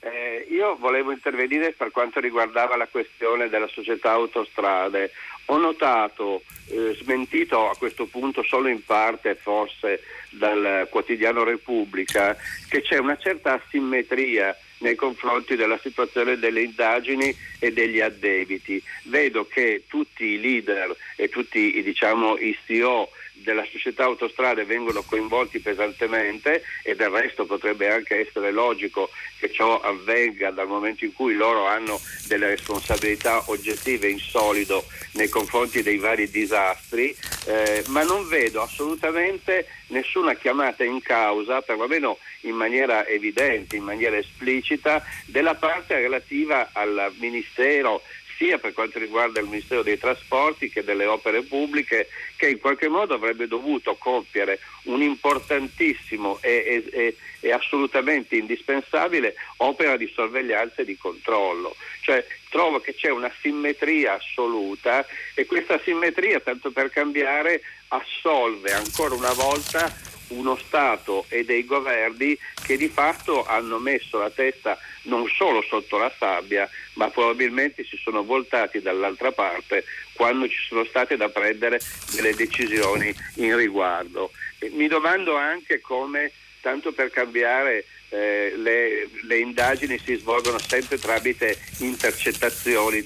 Io volevo intervenire per quanto riguardava la questione della società Autostrade. Ho notato, smentito a questo punto solo in parte forse dal quotidiano Repubblica, che c'è una certa asimmetria nei confronti della situazione delle indagini e degli addebiti. Vedo che tutti i leader e tutti i CEO della società Autostrade vengono coinvolti pesantemente, e del resto potrebbe anche essere logico che ciò avvenga dal momento in cui loro hanno delle responsabilità oggettive in solido nei confronti dei vari disastri, ma non vedo assolutamente nessuna chiamata in causa, perlomeno in maniera evidente, in maniera esplicita, della parte relativa al Ministero, sia per quanto riguarda il Ministero dei Trasporti che delle Opere Pubbliche, che in qualche modo avrebbe dovuto compiere un importantissimo e assolutamente indispensabile opera di sorveglianza e di controllo. Cioè, trovo che c'è una simmetria assoluta, e questa simmetria, tanto per cambiare, assolve ancora una volta uno Stato e dei governi che di fatto hanno messo la testa non solo sotto la sabbia, ma probabilmente si sono voltati dall'altra parte quando ci sono state da prendere delle decisioni in riguardo. Mi domando anche come, tanto per cambiare, le indagini si svolgono sempre tramite intercettazioni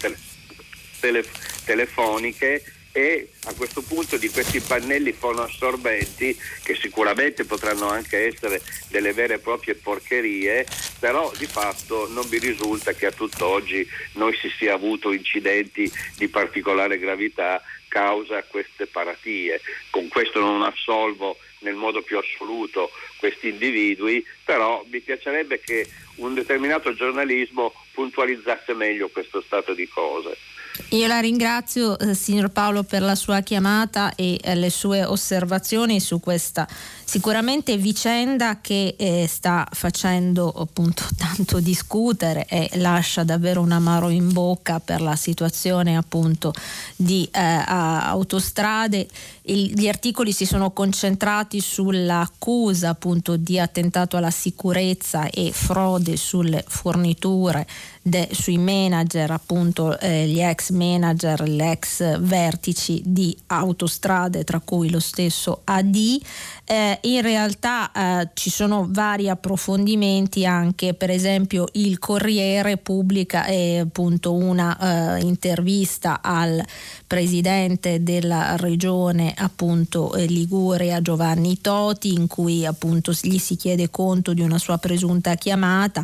telefoniche, e a questo punto di questi pannelli fonoassorbenti, che sicuramente potranno anche essere delle vere e proprie porcherie, però di fatto non mi risulta che a tutt'oggi noi si sia avuto incidenti di particolare gravità causa queste paratie. Con questo non assolvo nel modo più assoluto questi individui, però mi piacerebbe che un determinato giornalismo puntualizzasse meglio questo stato di cose. Io la ringrazio, signor Paolo, per la sua chiamata e le sue osservazioni su questa sicuramente vicenda che sta facendo appunto tanto discutere e lascia davvero un amaro in bocca per la situazione appunto di Autostrade. Gli articoli si sono concentrati sull'accusa appunto di attentato alla sicurezza e frode sulle forniture sui manager, appunto gli ex manager, gli ex vertici di Autostrade, tra cui lo stesso AD. In realtà ci sono vari approfondimenti, anche per esempio il Corriere pubblica appunto una intervista al presidente della regione appunto Liguria, Giovanni Toti, in cui appunto gli si chiede conto di una sua presunta chiamata.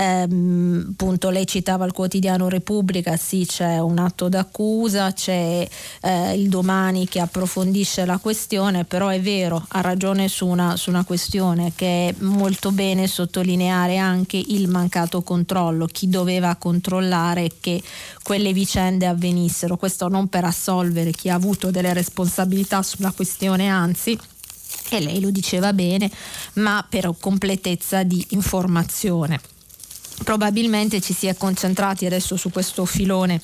Appunto lei citava il quotidiano Repubblica, sì, c'è un atto d'accusa, c'è il Domani che approfondisce la questione, però è vero, ha ragione su una questione che è molto bene sottolineare anche il mancato controllo, chi doveva controllare che quelle vicende avvenissero. Questo non per assolvere chi ha avuto delle responsabilità sulla questione, anzi, e lei lo diceva bene, ma per completezza di informazione. Probabilmente ci si è concentrati adesso su questo filone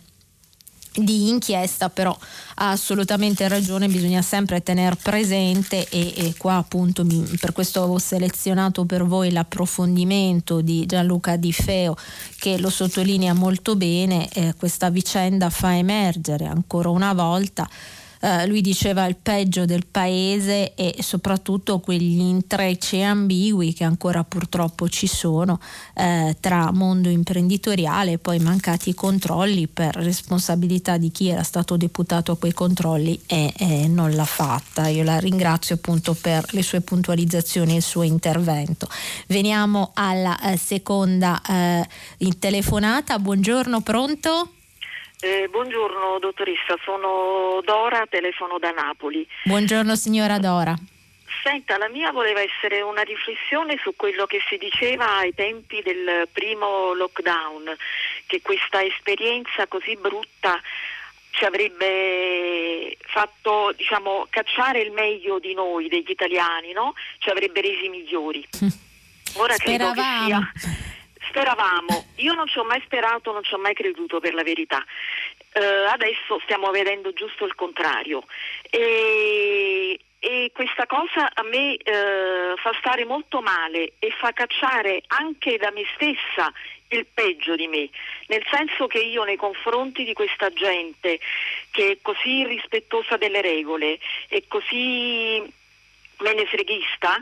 di inchiesta, però ha assolutamente ragione, bisogna sempre tener presente e qua appunto per questo avevo selezionato per voi l'approfondimento di Gianluca Di Feo, che lo sottolinea molto bene. Questa vicenda fa emergere ancora una volta, lui diceva, il peggio del paese e soprattutto quegli intrecci ambigui che ancora purtroppo ci sono tra mondo imprenditoriale e poi mancati controlli per responsabilità di chi era stato deputato a quei controlli e non l'ha fatta. Io la ringrazio appunto per le sue puntualizzazioni e il suo intervento. Veniamo alla seconda in telefonata. Buongiorno, pronto? Buongiorno dottoressa, sono Dora, telefono da Napoli. Buongiorno signora Dora. Senta, la mia voleva essere una riflessione su quello che si diceva ai tempi del primo lockdown, che questa esperienza così brutta ci avrebbe fatto, diciamo, cacciare il meglio di noi, degli italiani, no? Ci avrebbe resi migliori. Ora credo che sia... Speravamo, io non ci ho mai sperato, non ci ho mai creduto, per la verità. Adesso stiamo vedendo giusto il contrario e e questa cosa a me fa stare molto male e fa cacciare anche da me stessa il peggio di me, nel senso che io nei confronti di questa gente che è così irrispettosa delle regole e così menefreghista,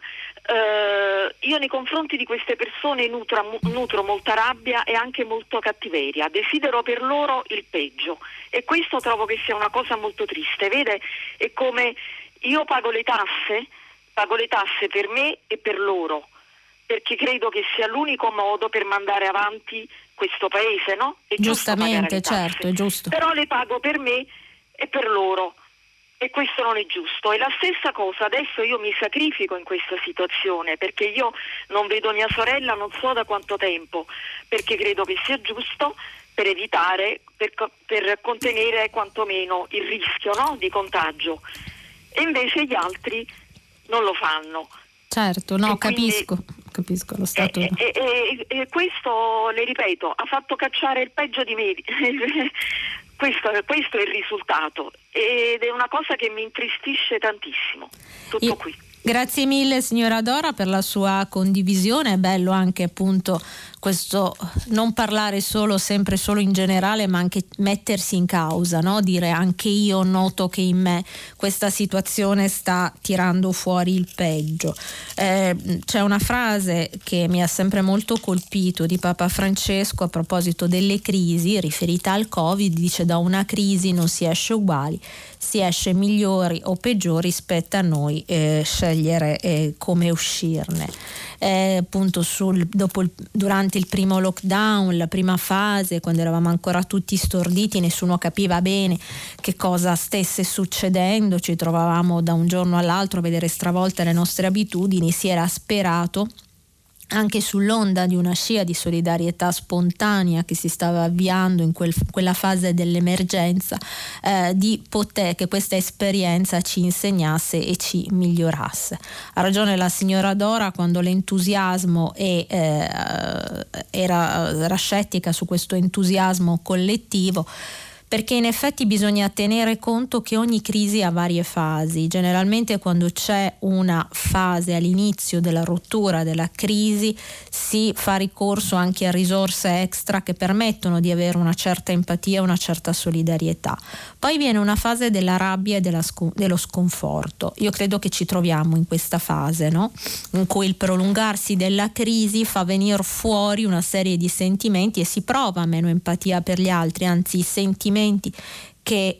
io nei confronti di queste persone nutro molta rabbia e anche molto cattiveria, desidero per loro il peggio, e questo trovo che sia una cosa molto triste. Vede, è come io pago le tasse per me e per loro, perché credo che sia l'unico modo per mandare avanti questo paese, no? È giustamente, certo, è giusto. Però le pago per me e per loro, e questo non è giusto. E la stessa cosa, adesso io mi sacrifico in questa situazione, perché io non vedo mia sorella non so da quanto tempo, perché credo che sia giusto per evitare, per contenere quantomeno il rischio, no? Di contagio. E invece gli altri non lo fanno. Certo, no, capisco lo stato. E questo, le ripeto, ha fatto cacciare il peggio di me. Questo è il risultato, ed è una cosa che mi intristisce tantissimo. Tutto qui. Grazie mille signora Dora per la sua condivisione. È bello anche appunto questo non parlare sempre solo in generale, ma anche mettersi in causa, no? Dire anche io noto che in me questa situazione sta tirando fuori il peggio. C'è una frase che mi ha sempre molto colpito di Papa Francesco a proposito delle crisi, riferita al Covid. Dice: da una crisi non si esce uguali, si esce migliori o peggiori, spetta a noi scegliere come uscirne. Appunto durante il primo lockdown, la prima fase, quando eravamo ancora tutti storditi, nessuno capiva bene che cosa stesse succedendo, ci trovavamo da un giorno all'altro a vedere stravolte le nostre abitudini, si era sperato, anche sull'onda di una scia di solidarietà spontanea che si stava avviando in quella fase dell'emergenza, che questa esperienza ci insegnasse e ci migliorasse. Ha ragione la signora Dora quando l'entusiasmo era scettica su questo entusiasmo collettivo, perché in effetti bisogna tenere conto che ogni crisi ha varie fasi. Generalmente quando c'è una fase all'inizio della rottura della crisi si fa ricorso anche a risorse extra che permettono di avere una certa empatia, una certa solidarietà. Poi viene una fase della rabbia e dello sconforto. Io credo che ci troviamo in questa fase, no? In cui il prolungarsi della crisi fa venire fuori una serie di sentimenti e si prova meno empatia per gli altri, anzi i sentimenti che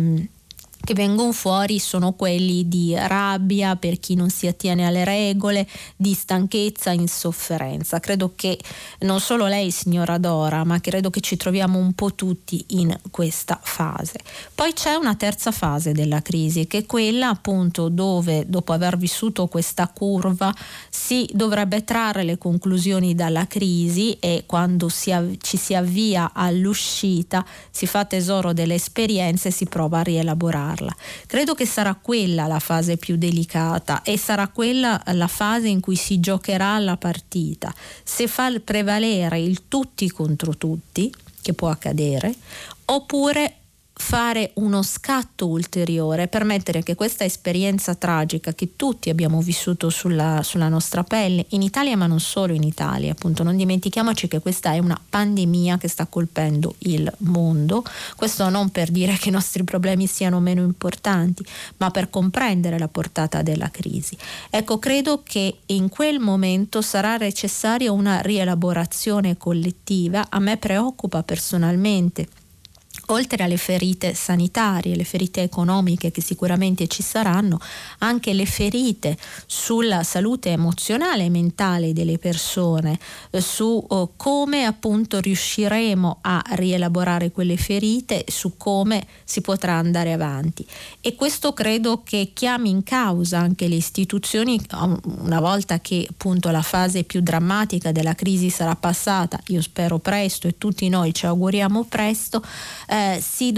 vengono fuori sono quelli di rabbia per chi non si attiene alle regole, di stanchezza, insofferenza. Credo che non solo lei, signora Dora, ma credo che ci troviamo un po' tutti in questa fase. Poi c'è una terza fase della crisi, che è quella appunto dove, dopo aver vissuto questa curva, si dovrebbe trarre le conclusioni dalla crisi, e quando ci si avvia all'uscita si fa tesoro delle esperienze e si prova a rielaborarla. Credo che sarà quella la fase più delicata, e sarà quella la fase in cui si giocherà la partita. Se fa prevalere il tutti contro tutti, che può accadere, oppure fare uno scatto ulteriore, permettere che questa esperienza tragica che tutti abbiamo vissuto sulla nostra pelle, in Italia ma non solo in Italia, appunto non dimentichiamoci che questa è una pandemia che sta colpendo il mondo. Questo non per dire che i nostri problemi siano meno importanti, ma per comprendere la portata della crisi. Ecco, credo che in quel momento sarà necessaria una rielaborazione collettiva. A me preoccupa personalmente, oltre alle ferite sanitarie, le ferite economiche che sicuramente ci saranno, anche le ferite sulla salute emozionale e mentale delle persone, su come appunto riusciremo a rielaborare quelle ferite, su come si potrà andare avanti. E questo credo che chiami in causa anche le istituzioni, una volta che appunto la fase più drammatica della crisi sarà passata, io spero presto e tutti noi ci auguriamo presto, si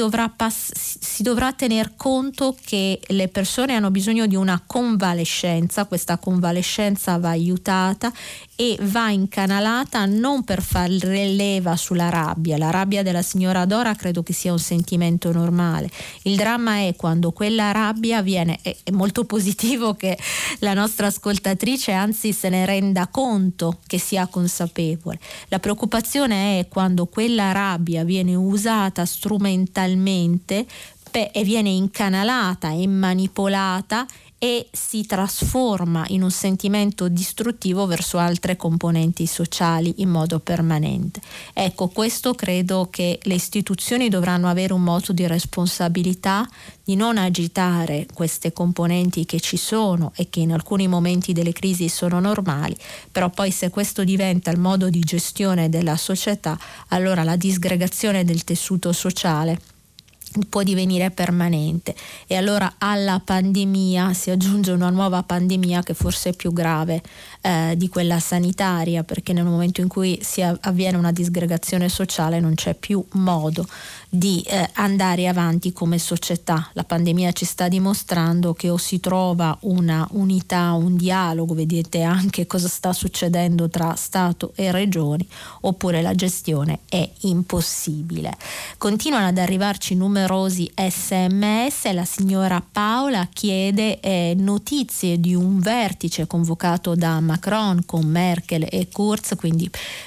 dovrà tener conto che le persone hanno bisogno di una convalescenza. Questa convalescenza va aiutata e va incanalata non per fare leva sulla rabbia. La rabbia della signora Dora credo che sia un sentimento normale. Il dramma è quando quella rabbia viene, è molto positivo che la nostra ascoltatrice anzi se ne renda conto, che sia consapevole. La preoccupazione è quando quella rabbia viene usata strumentalmente e viene incanalata e manipolata e si trasforma in un sentimento distruttivo verso altre componenti sociali in modo permanente. Ecco, questo credo che le istituzioni dovranno avere un moto di responsabilità di non agitare queste componenti che ci sono e che in alcuni momenti delle crisi sono normali, però poi se questo diventa il modo di gestione della società, allora la disgregazione del tessuto sociale può divenire permanente e allora alla pandemia si aggiunge una nuova pandemia che forse è più grave di quella sanitaria, perché nel momento in cui si avviene una disgregazione sociale non c'è più modo di andare avanti come società. La pandemia ci sta dimostrando che o si trova una unità, un dialogo, vedete anche cosa sta succedendo tra Stato e Regioni, oppure la gestione è impossibile. Continuano ad arrivarci numerosi SMS. La signora Paola chiede notizie di un vertice convocato da Macron con Merkel e Kurz, quindi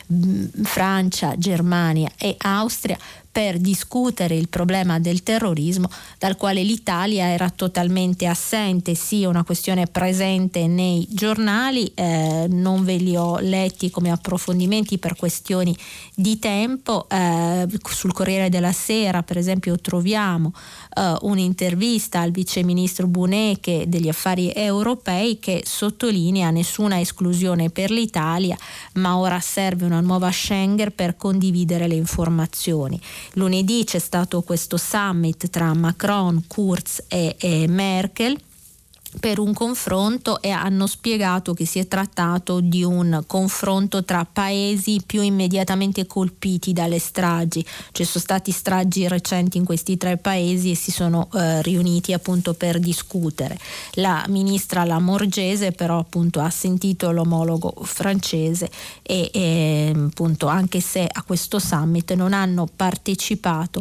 Francia, Germania e Austria, per discutere il problema del terrorismo, dal quale l'Italia era totalmente assente. Sì, è una questione presente nei giornali, non ve li ho letti come approfondimenti per questioni di tempo. Sul Corriere della Sera, per esempio, troviamo un'intervista al viceministro Buneche degli affari europei che sottolinea nessuna esclusione per l'Italia, ma ora serve una nuova Schengen per condividere le informazioni. Lunedì c'è stato questo summit tra Macron, Kurz e Merkel per un confronto e hanno spiegato che si è trattato di un confronto tra paesi più immediatamente colpiti dalle stragi. Ci sono stati stragi recenti in questi 3 paesi e si sono riuniti appunto per discutere. La ministra Lamorgese però appunto ha sentito l'omologo francese e appunto anche se a questo summit non hanno partecipato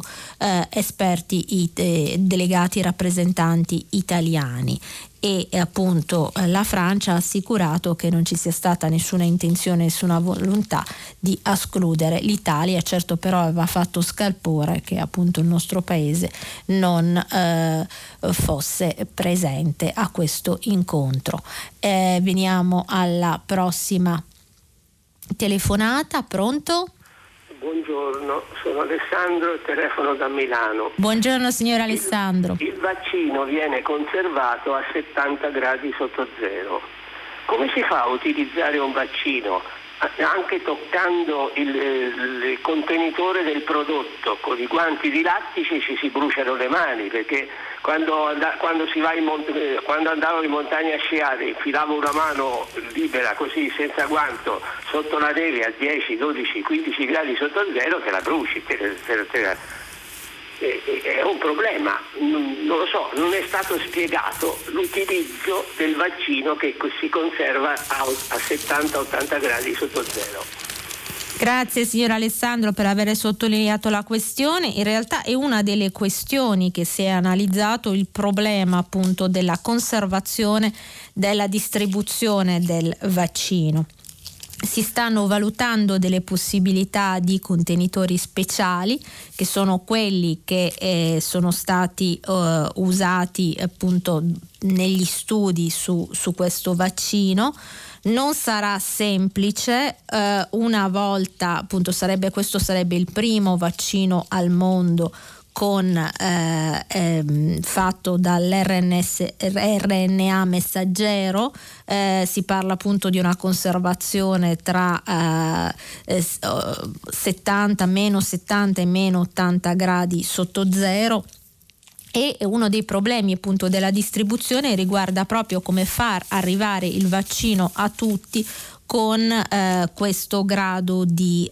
esperti, delegati, rappresentanti italiani. E appunto la Francia ha assicurato che non ci sia stata nessuna intenzione, nessuna volontà di escludere l'Italia. Certo, però aveva fatto scalpore che appunto il nostro paese non fosse presente a questo incontro. Veniamo alla prossima telefonata. Pronto? Buongiorno, sono Alessandro e telefono da Milano. Buongiorno signor Alessandro. Il vaccino viene conservato a 70 gradi sotto zero. Come si fa a utilizzare un vaccino anche toccando il contenitore del prodotto? Con i guanti dilattici ci si bruciano le mani, perché quando andavo in montagna a sciare infilavo una mano libera così senza guanto sotto la neve a 10, 12, 15 gradi sotto zero, te la bruci, è un problema. Non lo so, non è stato spiegato l'utilizzo del vaccino che si conserva a 70-80 gradi sotto zero. Grazie signor Alessandro per aver sottolineato la questione. In realtà è una delle questioni che si è analizzato, il problema appunto della conservazione, della distribuzione del vaccino. Si stanno valutando delle possibilità di contenitori speciali, che sono quelli che sono stati usati appunto negli studi su questo vaccino. Non sarà semplice, una volta appunto questo sarebbe il primo vaccino al mondo fatto dall'RNA messaggero. Si parla appunto di una conservazione tra meno 70 e meno 80 gradi sotto zero. E uno dei problemi appunto della distribuzione riguarda proprio come far arrivare il vaccino a tutti con questo grado di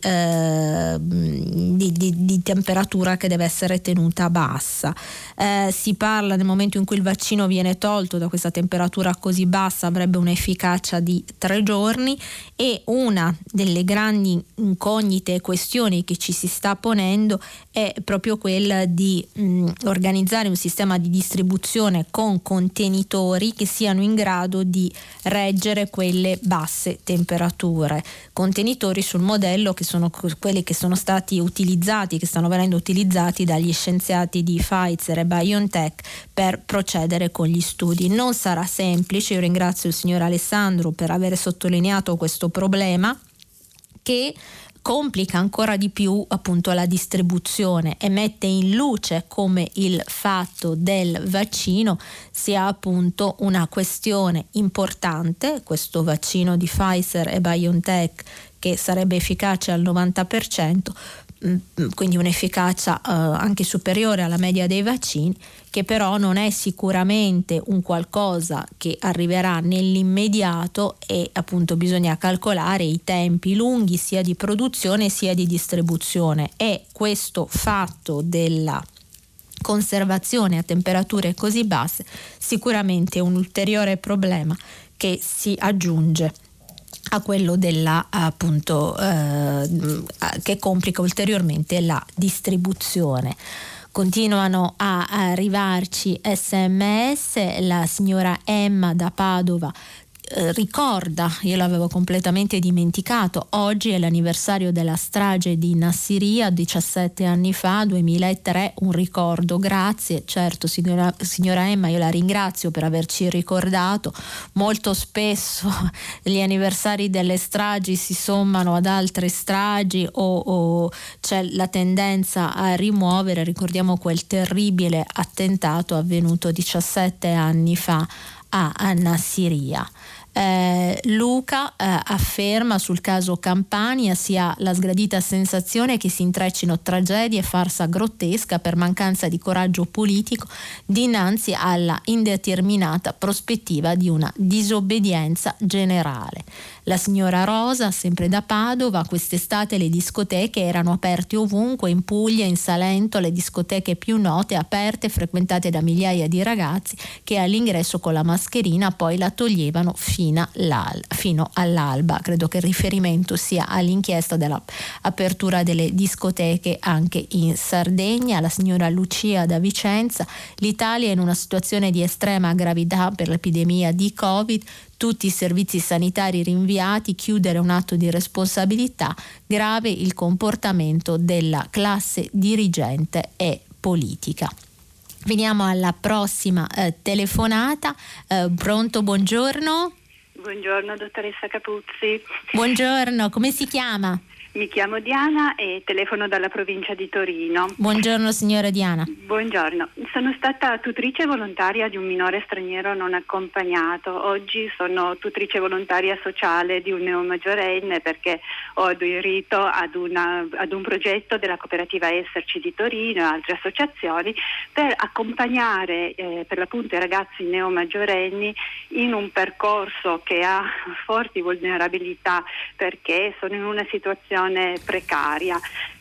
temperatura che deve essere tenuta bassa. Si parla, nel momento in cui il vaccino viene tolto da questa temperatura così bassa, avrebbe un'efficacia di 3 giorni, e una delle grandi incognite e questioni che ci si sta ponendo è proprio quella di organizzare un sistema di distribuzione con contenitori che siano in grado di reggere quelle basse temperature, contenitori sul modello che sono quelli che sono stati utilizzati, che stanno venendo utilizzati dagli scienziati di Pfizer e BioNTech per procedere con gli studi. Non sarà semplice, io ringrazio il signor Alessandro per aver sottolineato questo problema che complica ancora di più appunto la distribuzione e mette in luce come il fatto del vaccino sia appunto una questione importante. Questo vaccino di Pfizer e BioNTech, che sarebbe efficace al 90%, quindi un'efficacia anche superiore alla media dei vaccini, che però non è sicuramente un qualcosa che arriverà nell'immediato, e appunto bisogna calcolare i tempi lunghi sia di produzione sia di distribuzione, e questo fatto della conservazione a temperature così basse sicuramente è un ulteriore problema che si aggiunge a quello della appunto che complica ulteriormente la distribuzione. Continuano a arrivarci SMS. La signora Emma da Padova ricorda, io l'avevo completamente dimenticato, oggi è l'anniversario della strage di Nassiriya 17 anni fa, 2003, un ricordo. Grazie, certo signora Emma, io la ringrazio per averci ricordato. Molto spesso gli anniversari delle stragi si sommano ad altre stragi o c'è la tendenza a rimuovere. Ricordiamo quel terribile attentato avvenuto 17 anni fa a Nassiriya. Luca afferma sul caso Campania sia la sgradita sensazione che si intreccino tragedie e farsa grottesca per mancanza di coraggio politico dinanzi alla indeterminata prospettiva di una disobbedienza generale. La signora Rosa, sempre da Padova, quest'estate le discoteche erano aperte ovunque, in Puglia, in Salento, le discoteche più note aperte, frequentate da migliaia di ragazzi che all'ingresso con la mascherina poi la toglievano fino all'alba. Credo che il riferimento sia all'inchiesta dell'apertura delle discoteche anche in Sardegna. La signora Lucia da Vicenza: l'Italia è in una situazione di estrema gravità per l'epidemia di Covid, tutti i servizi sanitari rinviati, chiudere un atto di responsabilità, grave il comportamento della classe dirigente e politica. Veniamo alla prossima telefonata. Pronto, buongiorno. Buongiorno dottoressa Capuzzi. Buongiorno, come si chiama? Mi chiamo Diana e telefono dalla provincia di Torino. Buongiorno signora Diana. Buongiorno, sono stata tutrice volontaria di un minore straniero non accompagnato. Oggi sono tutrice volontaria sociale di un neomaggiorenne perché ho aderito ad un progetto della cooperativa Esserci di Torino e altre associazioni per accompagnare per l'appunto i ragazzi neomaggiorenni in un percorso che ha forti vulnerabilità perché sono in una situazione precaria.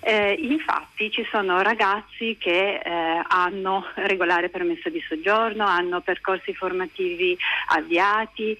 Infatti ci sono ragazzi che hanno regolare permesso di soggiorno, hanno percorsi formativi avviati,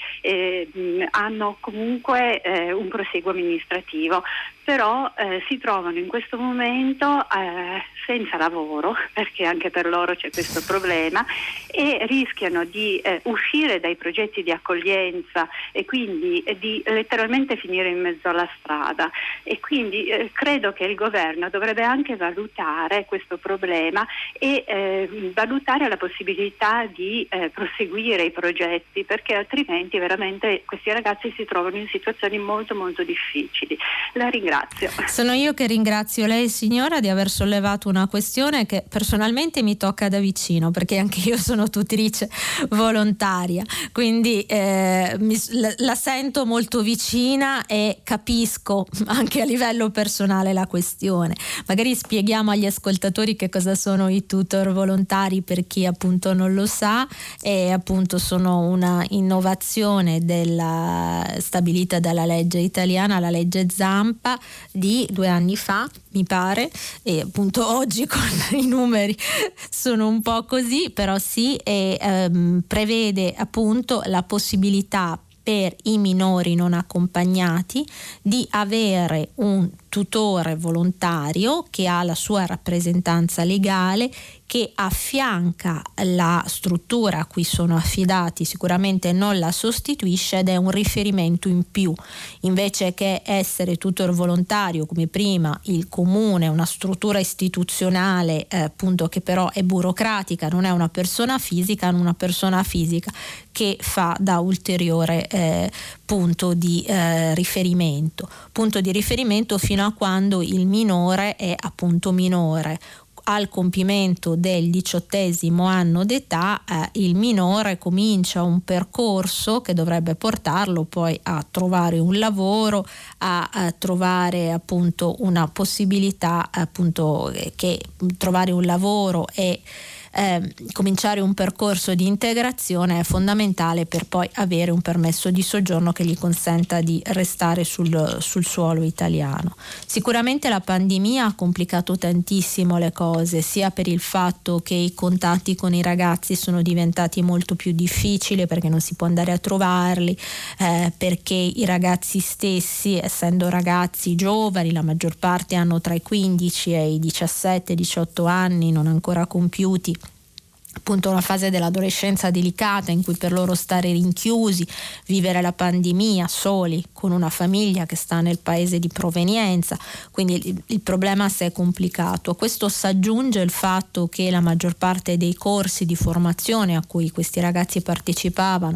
hanno comunque un proseguo amministrativo, però si trovano in questo momento senza lavoro, perché anche per loro c'è questo problema, e rischiano di uscire dai progetti di accoglienza e quindi di letteralmente finire in mezzo alla strada. E quindi credo che il governo dovrebbe anche valutare questo problema e valutare la possibilità di proseguire i progetti, perché altrimenti veramente questi ragazzi si trovano in situazioni molto molto difficili. La ringrazio. ringrazio. Sono io che ringrazio lei, signora, di aver sollevato una questione che personalmente mi tocca da vicino, perché anche io sono tutrice volontaria, quindi la sento molto vicina e capisco anche a livello personale la questione. Magari spieghiamo agli ascoltatori che cosa sono i tutor volontari per chi appunto non lo sa. E appunto sono una innovazione stabilita dalla legge italiana, la legge Zampa, di 2 anni fa mi pare, e appunto oggi con i numeri sono un po' così, però sì, e prevede appunto la possibilità per i minori non accompagnati di avere un tutore volontario che ha la sua rappresentanza legale, che affianca la struttura a cui sono affidati, sicuramente non la sostituisce ed è un riferimento in più. Invece che essere tutor volontario come prima il comune, una struttura istituzionale appunto che però è burocratica, non è una persona fisica, è una persona fisica che fa da ulteriore punto di riferimento fino a quando il minore è appunto minore. Al compimento del 18° anno d'età il minore comincia un percorso che dovrebbe portarlo poi a trovare un lavoro, a trovare appunto una possibilità appunto che trovare un lavoro e cominciare un percorso di integrazione è fondamentale per poi avere un permesso di soggiorno che gli consenta di restare sul suolo italiano. Sicuramente la pandemia ha complicato tantissimo le cose, sia per il fatto che i contatti con i ragazzi sono diventati molto più difficili perché non si può andare a trovarli, perché i ragazzi stessi, essendo ragazzi giovani, la maggior parte hanno tra i 15 e i 17-18 anni non ancora compiuti, appunto una fase dell'adolescenza delicata in cui per loro stare rinchiusi, vivere la pandemia soli con una famiglia che sta nel paese di provenienza, quindi il problema si è complicato. A questo si aggiunge il fatto che la maggior parte dei corsi di formazione a cui questi ragazzi partecipavano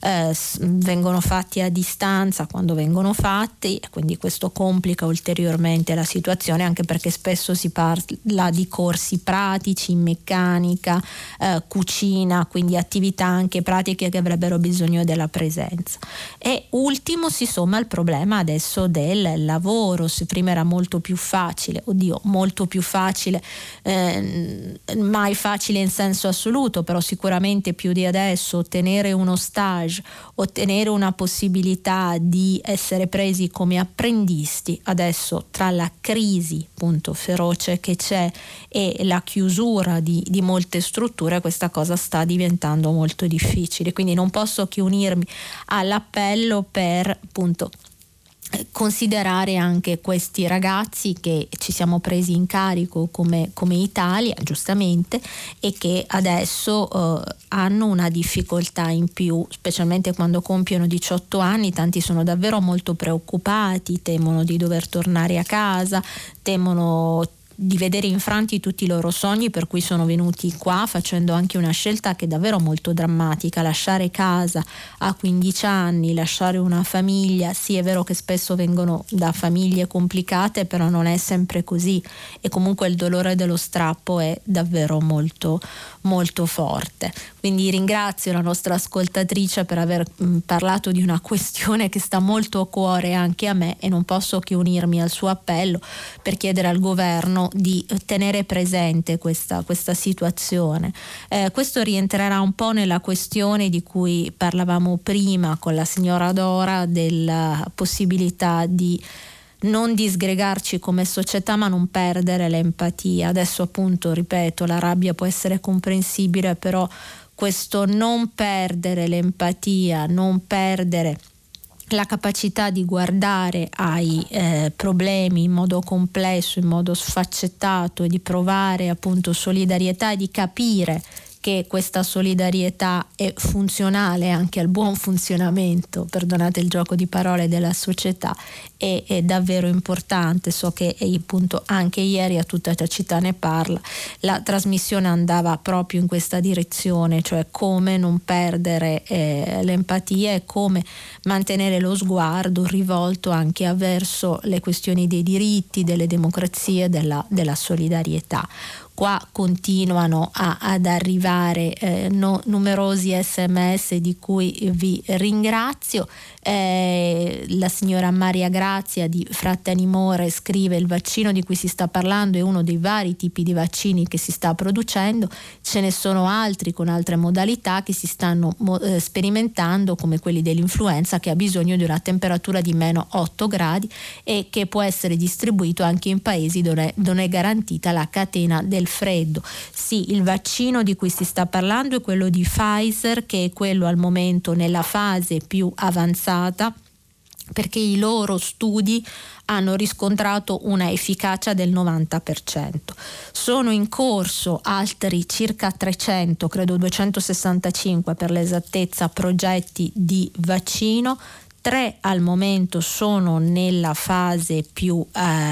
vengono fatti a distanza quando vengono fatti, quindi questo complica ulteriormente la situazione, anche perché spesso si parla di corsi pratici in meccanica, cucina, quindi attività anche pratiche che avrebbero bisogno della presenza. E ultimo si somma il problema adesso del lavoro. Se prima era molto più facile, mai facile in senso assoluto, però sicuramente più di adesso, ottenere uno stage, ottenere una possibilità di essere presi come apprendisti, adesso tra la crisi appunto feroce che c'è e la chiusura di molte strutture, questa cosa sta diventando molto difficile, quindi non posso che unirmi all'appello per appunto considerare anche questi ragazzi che ci siamo presi in carico come Italia, giustamente, e che adesso hanno una difficoltà in più, specialmente quando compiono 18 anni. Tanti sono davvero molto preoccupati, temono di dover tornare a casa, temono di vedere infranti tutti i loro sogni, per cui sono venuti qua facendo anche una scelta che è davvero molto drammatica: lasciare casa a 15 anni, lasciare una famiglia. Sì, è vero che spesso vengono da famiglie complicate, però non è sempre così, e comunque il dolore dello strappo è davvero molto molto forte. Quindi ringrazio la nostra ascoltatrice per aver parlato di una questione che sta molto a cuore anche a me, e non posso che unirmi al suo appello per chiedere al governo di tenere presente questa situazione. Questo rientrerà un po' nella questione di cui parlavamo prima con la signora Dora, della possibilità di non disgregarci come società ma non perdere l'empatia. Adesso appunto, ripeto, la rabbia può essere comprensibile, però questo non perdere l'empatia, non perdere la capacità di guardare ai problemi in modo complesso, in modo sfaccettato, e di provare appunto solidarietà e di capire che questa solidarietà è funzionale anche al buon funzionamento, perdonate il gioco di parole, della società, è davvero importante. So che appunto anche ieri a Tutta la città ne parla, la trasmissione andava proprio in questa direzione, cioè come non perdere l'empatia e come mantenere lo sguardo rivolto anche verso le questioni dei diritti, delle democrazie, della solidarietà. Qua continuano ad arrivare numerosi SMS di cui vi ringrazio. La signora Maria Grazia di Frattanimore scrive: il vaccino di cui si sta parlando è uno dei vari tipi di vaccini che si sta producendo, ce ne sono altri con altre modalità che si stanno sperimentando, come quelli dell'influenza, che ha bisogno di una temperatura di meno 8 gradi e che può essere distribuito anche in paesi dove non è garantita la catena del freddo. Sì, il vaccino di cui si sta parlando è quello di Pfizer, che è quello al momento nella fase più avanzata, perché i loro studi hanno riscontrato una efficacia del 90%. Sono in corso altri circa 300, credo 265 per l'esattezza, progetti di vaccino. 3 al momento sono nella fase più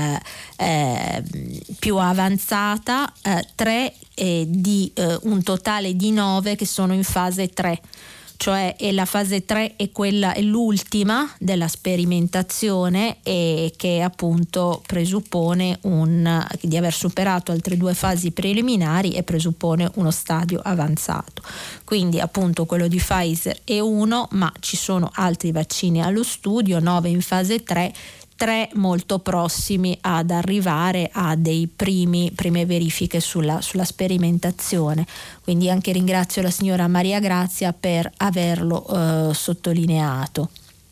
avanzata, 3 di un totale di 9 che sono in fase 3. Cioè la fase 3 è l'ultima della sperimentazione e che appunto presuppone di aver superato altre 2 fasi preliminari e presuppone uno stadio avanzato. Quindi appunto quello di Pfizer è uno, ma ci sono altri vaccini allo studio, 9 in fase 3 molto prossimi ad arrivare a dei prime verifiche sulla sperimentazione. Quindi anche ringrazio la signora Maria Grazia per averlo sottolineato.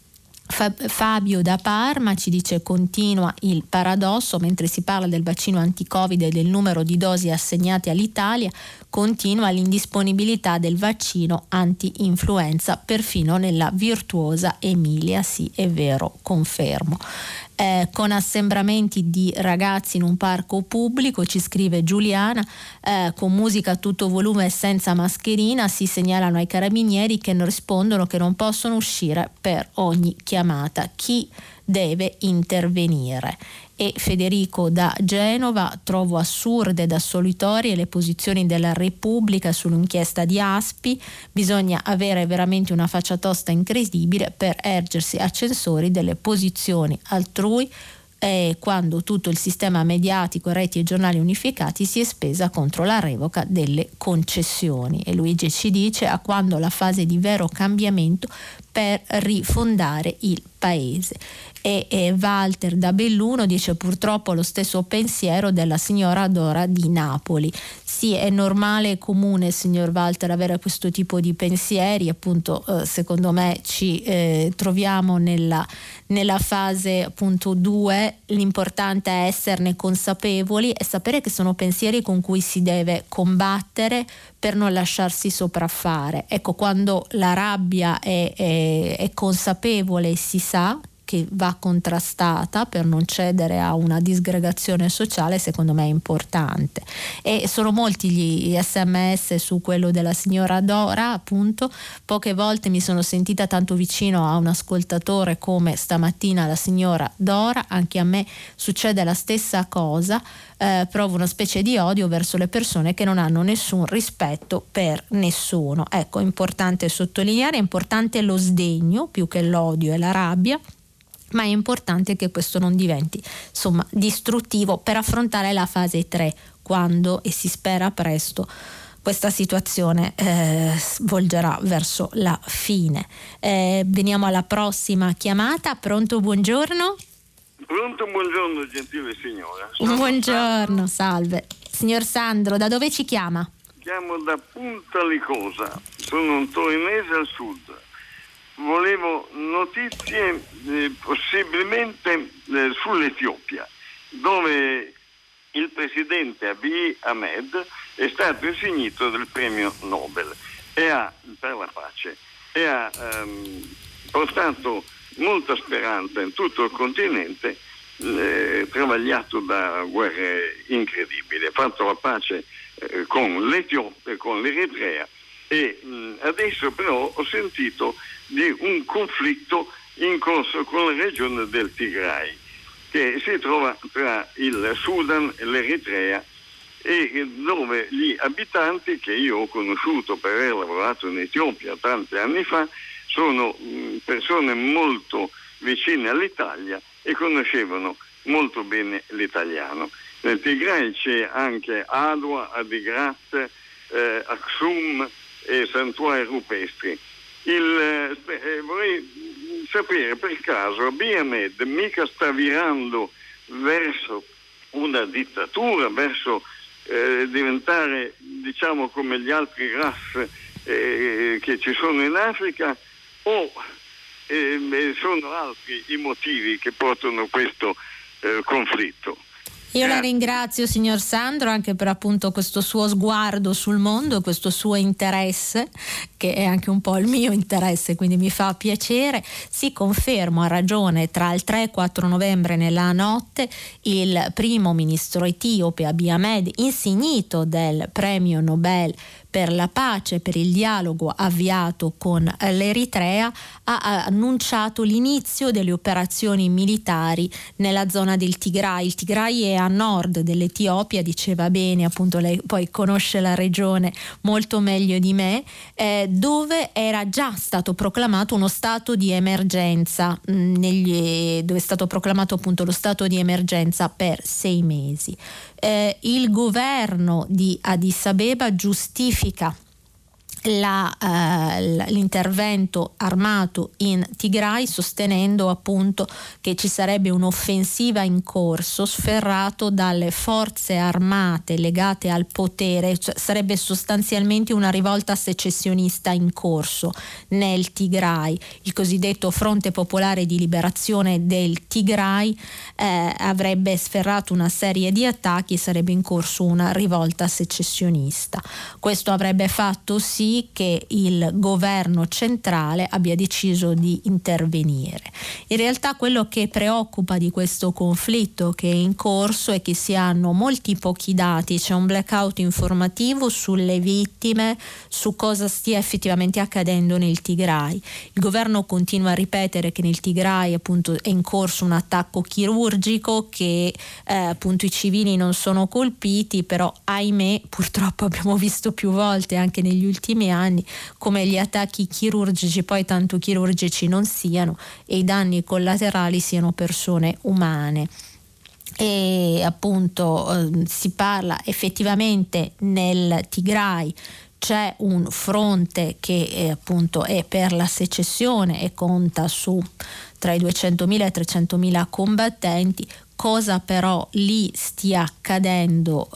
Fabio da Parma ci dice: continua il paradosso, mentre si parla del vaccino anti-Covid e del numero di dosi assegnate all'Italia, continua l'indisponibilità del vaccino anti-influenza perfino nella virtuosa Emilia. Sì, è vero, confermo. Con assembramenti di ragazzi in un parco pubblico, ci scrive Giuliana, con musica a tutto volume e senza mascherina, si segnalano ai carabinieri che non rispondono che non possono uscire per ogni chiamata. Chi deve intervenire? E Federico da Genova: trovo assurde ed assolitorie le posizioni della Repubblica sull'inchiesta di Aspi, bisogna avere veramente una faccia tosta incredibile per ergersi a censori delle posizioni altrui quando tutto il sistema mediatico, reti e giornali unificati si è spesa contro la revoca delle concessioni. E Luigi ci dice: a quando la fase di vero cambiamento per rifondare il paese. E Walter da Belluno dice: purtroppo lo stesso pensiero della signora Dora di Napoli. Sì, è normale e comune, signor Walter, avere questo tipo di pensieri. Appunto, secondo me ci troviamo nella fase appunto 2. L'importante è esserne consapevoli e sapere che sono pensieri con cui si deve combattere per non lasciarsi sopraffare. Ecco, quando la rabbia è consapevole e si sa che va contrastata per non cedere a una disgregazione sociale, secondo me è importante. E sono molti gli SMS su quello della signora Dora, appunto. Poche volte mi sono sentita tanto vicino a un ascoltatore come stamattina la signora Dora. Anche a me succede la stessa cosa, provo una specie di odio verso le persone che non hanno nessun rispetto per nessuno. Ecco, è importante sottolineare, è importante lo sdegno più che l'odio e la rabbia, ma è importante che questo non diventi distruttivo per affrontare la fase 3, quando, e si spera presto, questa situazione volgerà verso la fine. Veniamo alla prossima chiamata. Pronto, buongiorno? Pronto, buongiorno gentile signora. Buongiorno, salve. Signor Sandro, da dove ci chiama? Chiamo da Punta Licosa, sono un torinese al sud. Volevo notizie possibilmente sull'Etiopia, dove il presidente Abiy Ahmed è stato insignito del premio Nobel per la pace e ha portato molta speranza in tutto il continente, travagliato da guerre incredibili, ha fatto la pace con l'Etiopia, con l'Eritrea, e adesso però ho sentito di un conflitto in corso con la regione del Tigray, che si trova tra il Sudan e l'Eritrea, e dove gli abitanti, che io ho conosciuto per aver lavorato in Etiopia tanti anni fa, sono persone molto vicine all'Italia e conoscevano molto bene l'italiano. Nel Tigray c'è anche Adwa, Adigrat, Aksum e santuari rupestri. Vorrei sapere, per caso, Abiy Ahmed mica sta virando verso una dittatura, verso diventare, diciamo, come gli altri Ras che ci sono in Africa, o sono altri i motivi che portano questo conflitto? Io la ringrazio, signor Sandro, anche per appunto questo suo sguardo sul mondo, questo suo interesse, che è anche un po' il mio interesse, quindi mi fa piacere. Sì, confermo, ha ragione, tra il 3 e 4 novembre nella notte il primo ministro etiope Abiy Ahmed, insignito del premio Nobel per la pace, per il dialogo avviato con l'Eritrea, ha annunciato l'inizio delle operazioni militari nella zona del Tigray. Il Tigray è a nord dell'Etiopia, diceva bene, appunto lei poi conosce la regione molto meglio di me, dove era già stato proclamato uno stato di emergenza, dove è stato proclamato appunto lo stato di emergenza per 6 mesi. Il governo di Addis Abeba giustifica l'intervento armato in Tigray, sostenendo appunto che ci sarebbe un'offensiva in corso sferrato dalle forze armate legate al potere, cioè sarebbe sostanzialmente una rivolta secessionista in corso nel Tigray. Il cosiddetto Fronte Popolare di Liberazione del Tigray avrebbe sferrato una serie di attacchi e sarebbe in corso una rivolta secessionista. Questo avrebbe fatto sì che il governo centrale abbia deciso di intervenire. In realtà quello che preoccupa di questo conflitto che è in corso è che si hanno molti pochi dati, c'è un blackout informativo sulle vittime, su cosa stia effettivamente accadendo nel Tigray. Il governo continua a ripetere che nel Tigray appunto è in corso un attacco chirurgico, che appunto i civili non sono colpiti, però ahimè purtroppo abbiamo visto più volte anche negli ultimi anni come gli attacchi chirurgici poi tanto chirurgici non siano e i danni collaterali siano persone umane. E appunto si parla effettivamente nel Tigray c'è un fronte che appunto è per la secessione e conta su tra i 200.000 e i 300.000 combattenti. Cosa però lì stia accadendo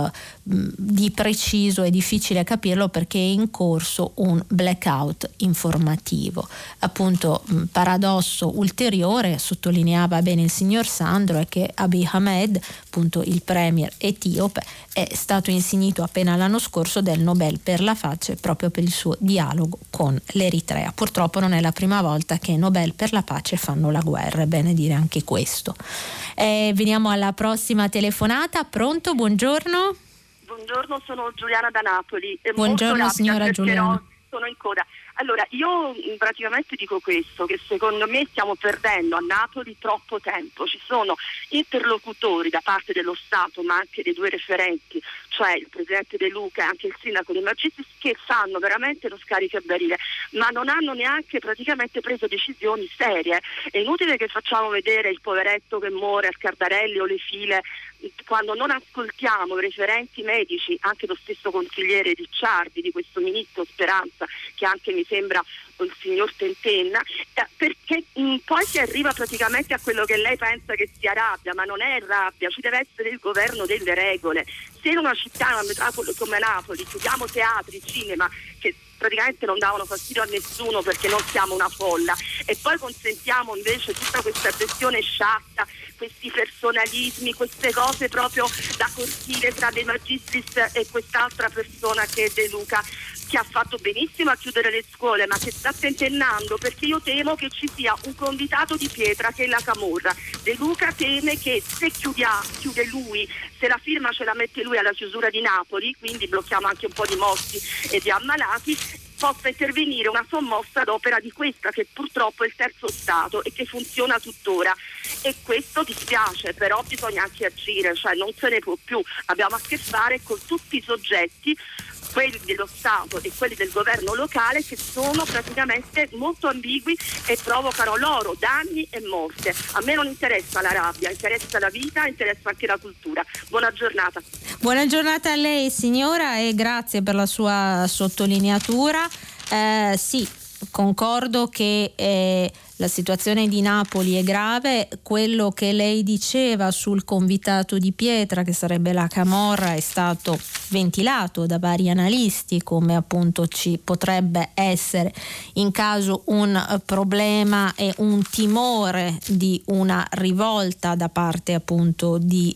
di preciso è difficile capirlo, perché è in corso un blackout informativo. Appunto, paradosso ulteriore, sottolineava bene il signor Sandro, è che Abiy Ahmed, appunto il premier etiope, è stato insignito appena l'anno scorso del Nobel per la pace proprio per il suo dialogo con l'Eritrea. Purtroppo non è la prima volta che Nobel per la pace fanno la guerra, è bene dire anche questo. Veniamo alla prossima telefonata. Pronto? Buongiorno. Buongiorno, sono Giuliana da Napoli. Buongiorno signora Giuliana. Sono in coda. Allora, io praticamente dico questo, che secondo me stiamo perdendo a Napoli troppo tempo. Ci sono interlocutori da parte dello Stato, ma anche dei due referenti, cioè il presidente De Luca e anche il sindaco De Magistris, che fanno veramente lo scaricabarile, ma non hanno neanche praticamente preso decisioni serie. È inutile che facciamo vedere il poveretto che muore al Cardarelli o le file, quando non ascoltiamo i referenti medici, anche lo stesso consigliere Ricciardi, di questo ministro Speranza, che anche mi sembra il signor Tentenna, perché poi si arriva praticamente a quello che lei pensa che sia rabbia, ma non è rabbia, ci deve essere il governo delle regole. Se in una città, una metropoli come Napoli, chiudiamo teatri, cinema, che praticamente non davano fastidio a nessuno perché non siamo una folla, e poi consentiamo invece tutta questa gestione sciatta, questi personalismi, queste cose proprio da cortile tra De Magistris e quest'altra persona che è De Luca, che ha fatto benissimo a chiudere le scuole, ma che sta tentennando, perché io temo che ci sia un convitato di pietra che è la camorra. De Luca teme che se chiude lui, se la firma ce la mette lui alla chiusura di Napoli, quindi blocchiamo anche un po' di morti e di ammalati, possa intervenire una sommossa ad opera di questa che purtroppo è il terzo Stato e che funziona tuttora. E questo dispiace, però bisogna anche agire, cioè non se ne può più. Abbiamo a che fare con tutti i soggetti, quelli dello Stato e quelli del governo locale, che sono praticamente molto ambigui e provocano loro danni e morte. A me non interessa la rabbia, interessa la vita, interessa anche la cultura. Buona giornata. Buona giornata a lei, signora, e grazie per la sua sottolineatura. Sì, concordo che la situazione di Napoli è grave. Quello che lei diceva sul convitato di pietra, che sarebbe la camorra, è stato ventilato da vari analisti come appunto ci potrebbe essere in caso un problema e un timore di una rivolta da parte appunto di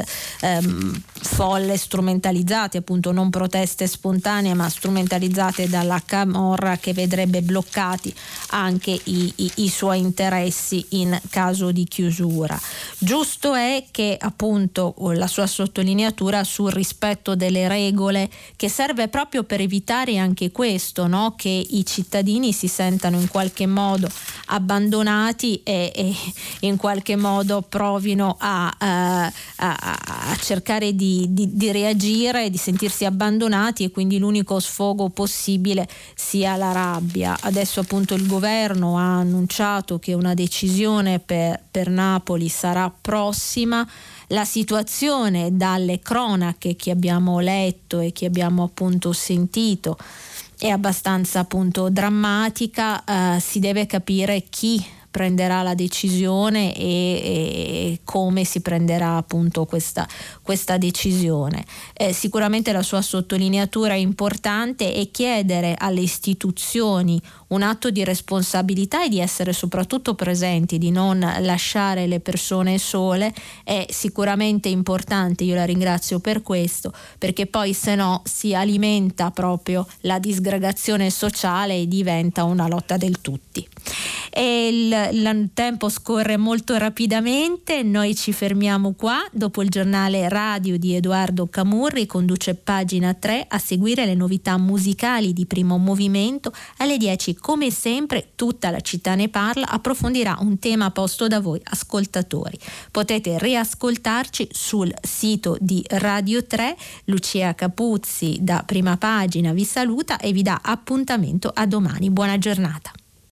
folle strumentalizzate, appunto non proteste spontanee ma strumentalizzate dalla camorra, che vedrebbe bloccati anche i suoi interessi in caso di chiusura. Giusto è che appunto la sua sottolineatura sul rispetto delle regole, che serve proprio per evitare anche questo, no? Che i cittadini si sentano in qualche modo abbandonati e in qualche modo provino a cercare di reagire, di sentirsi abbandonati, e quindi l'unico sfogo possibile sia la rabbia. Adesso appunto il governo ha annunciato che una decisione per Napoli sarà prossima. La situazione, dalle cronache che abbiamo letto e che abbiamo appunto sentito, è abbastanza appunto drammatica. Si deve capire chi prenderà la decisione e come si prenderà appunto questa decisione. Sicuramente la sua sottolineatura è importante, e chiedere alle istituzioni un atto di responsabilità e di essere soprattutto presenti, di non lasciare le persone sole, è sicuramente importante. Io la ringrazio per questo, perché poi se no si alimenta proprio la disgregazione sociale e diventa una lotta del tutti. E il tempo scorre molto rapidamente, noi ci fermiamo qua. Dopo il giornale radio di Edoardo Camurri conduce Pagina 3, a seguire le novità musicali di Primo Movimento. Alle 10 come sempre Tutta la città ne parla approfondirà un tema posto da voi ascoltatori. Potete riascoltarci sul sito di Radio 3. Lucia Capuzzi da Prima Pagina vi saluta e vi dà appuntamento a domani. Buona giornata.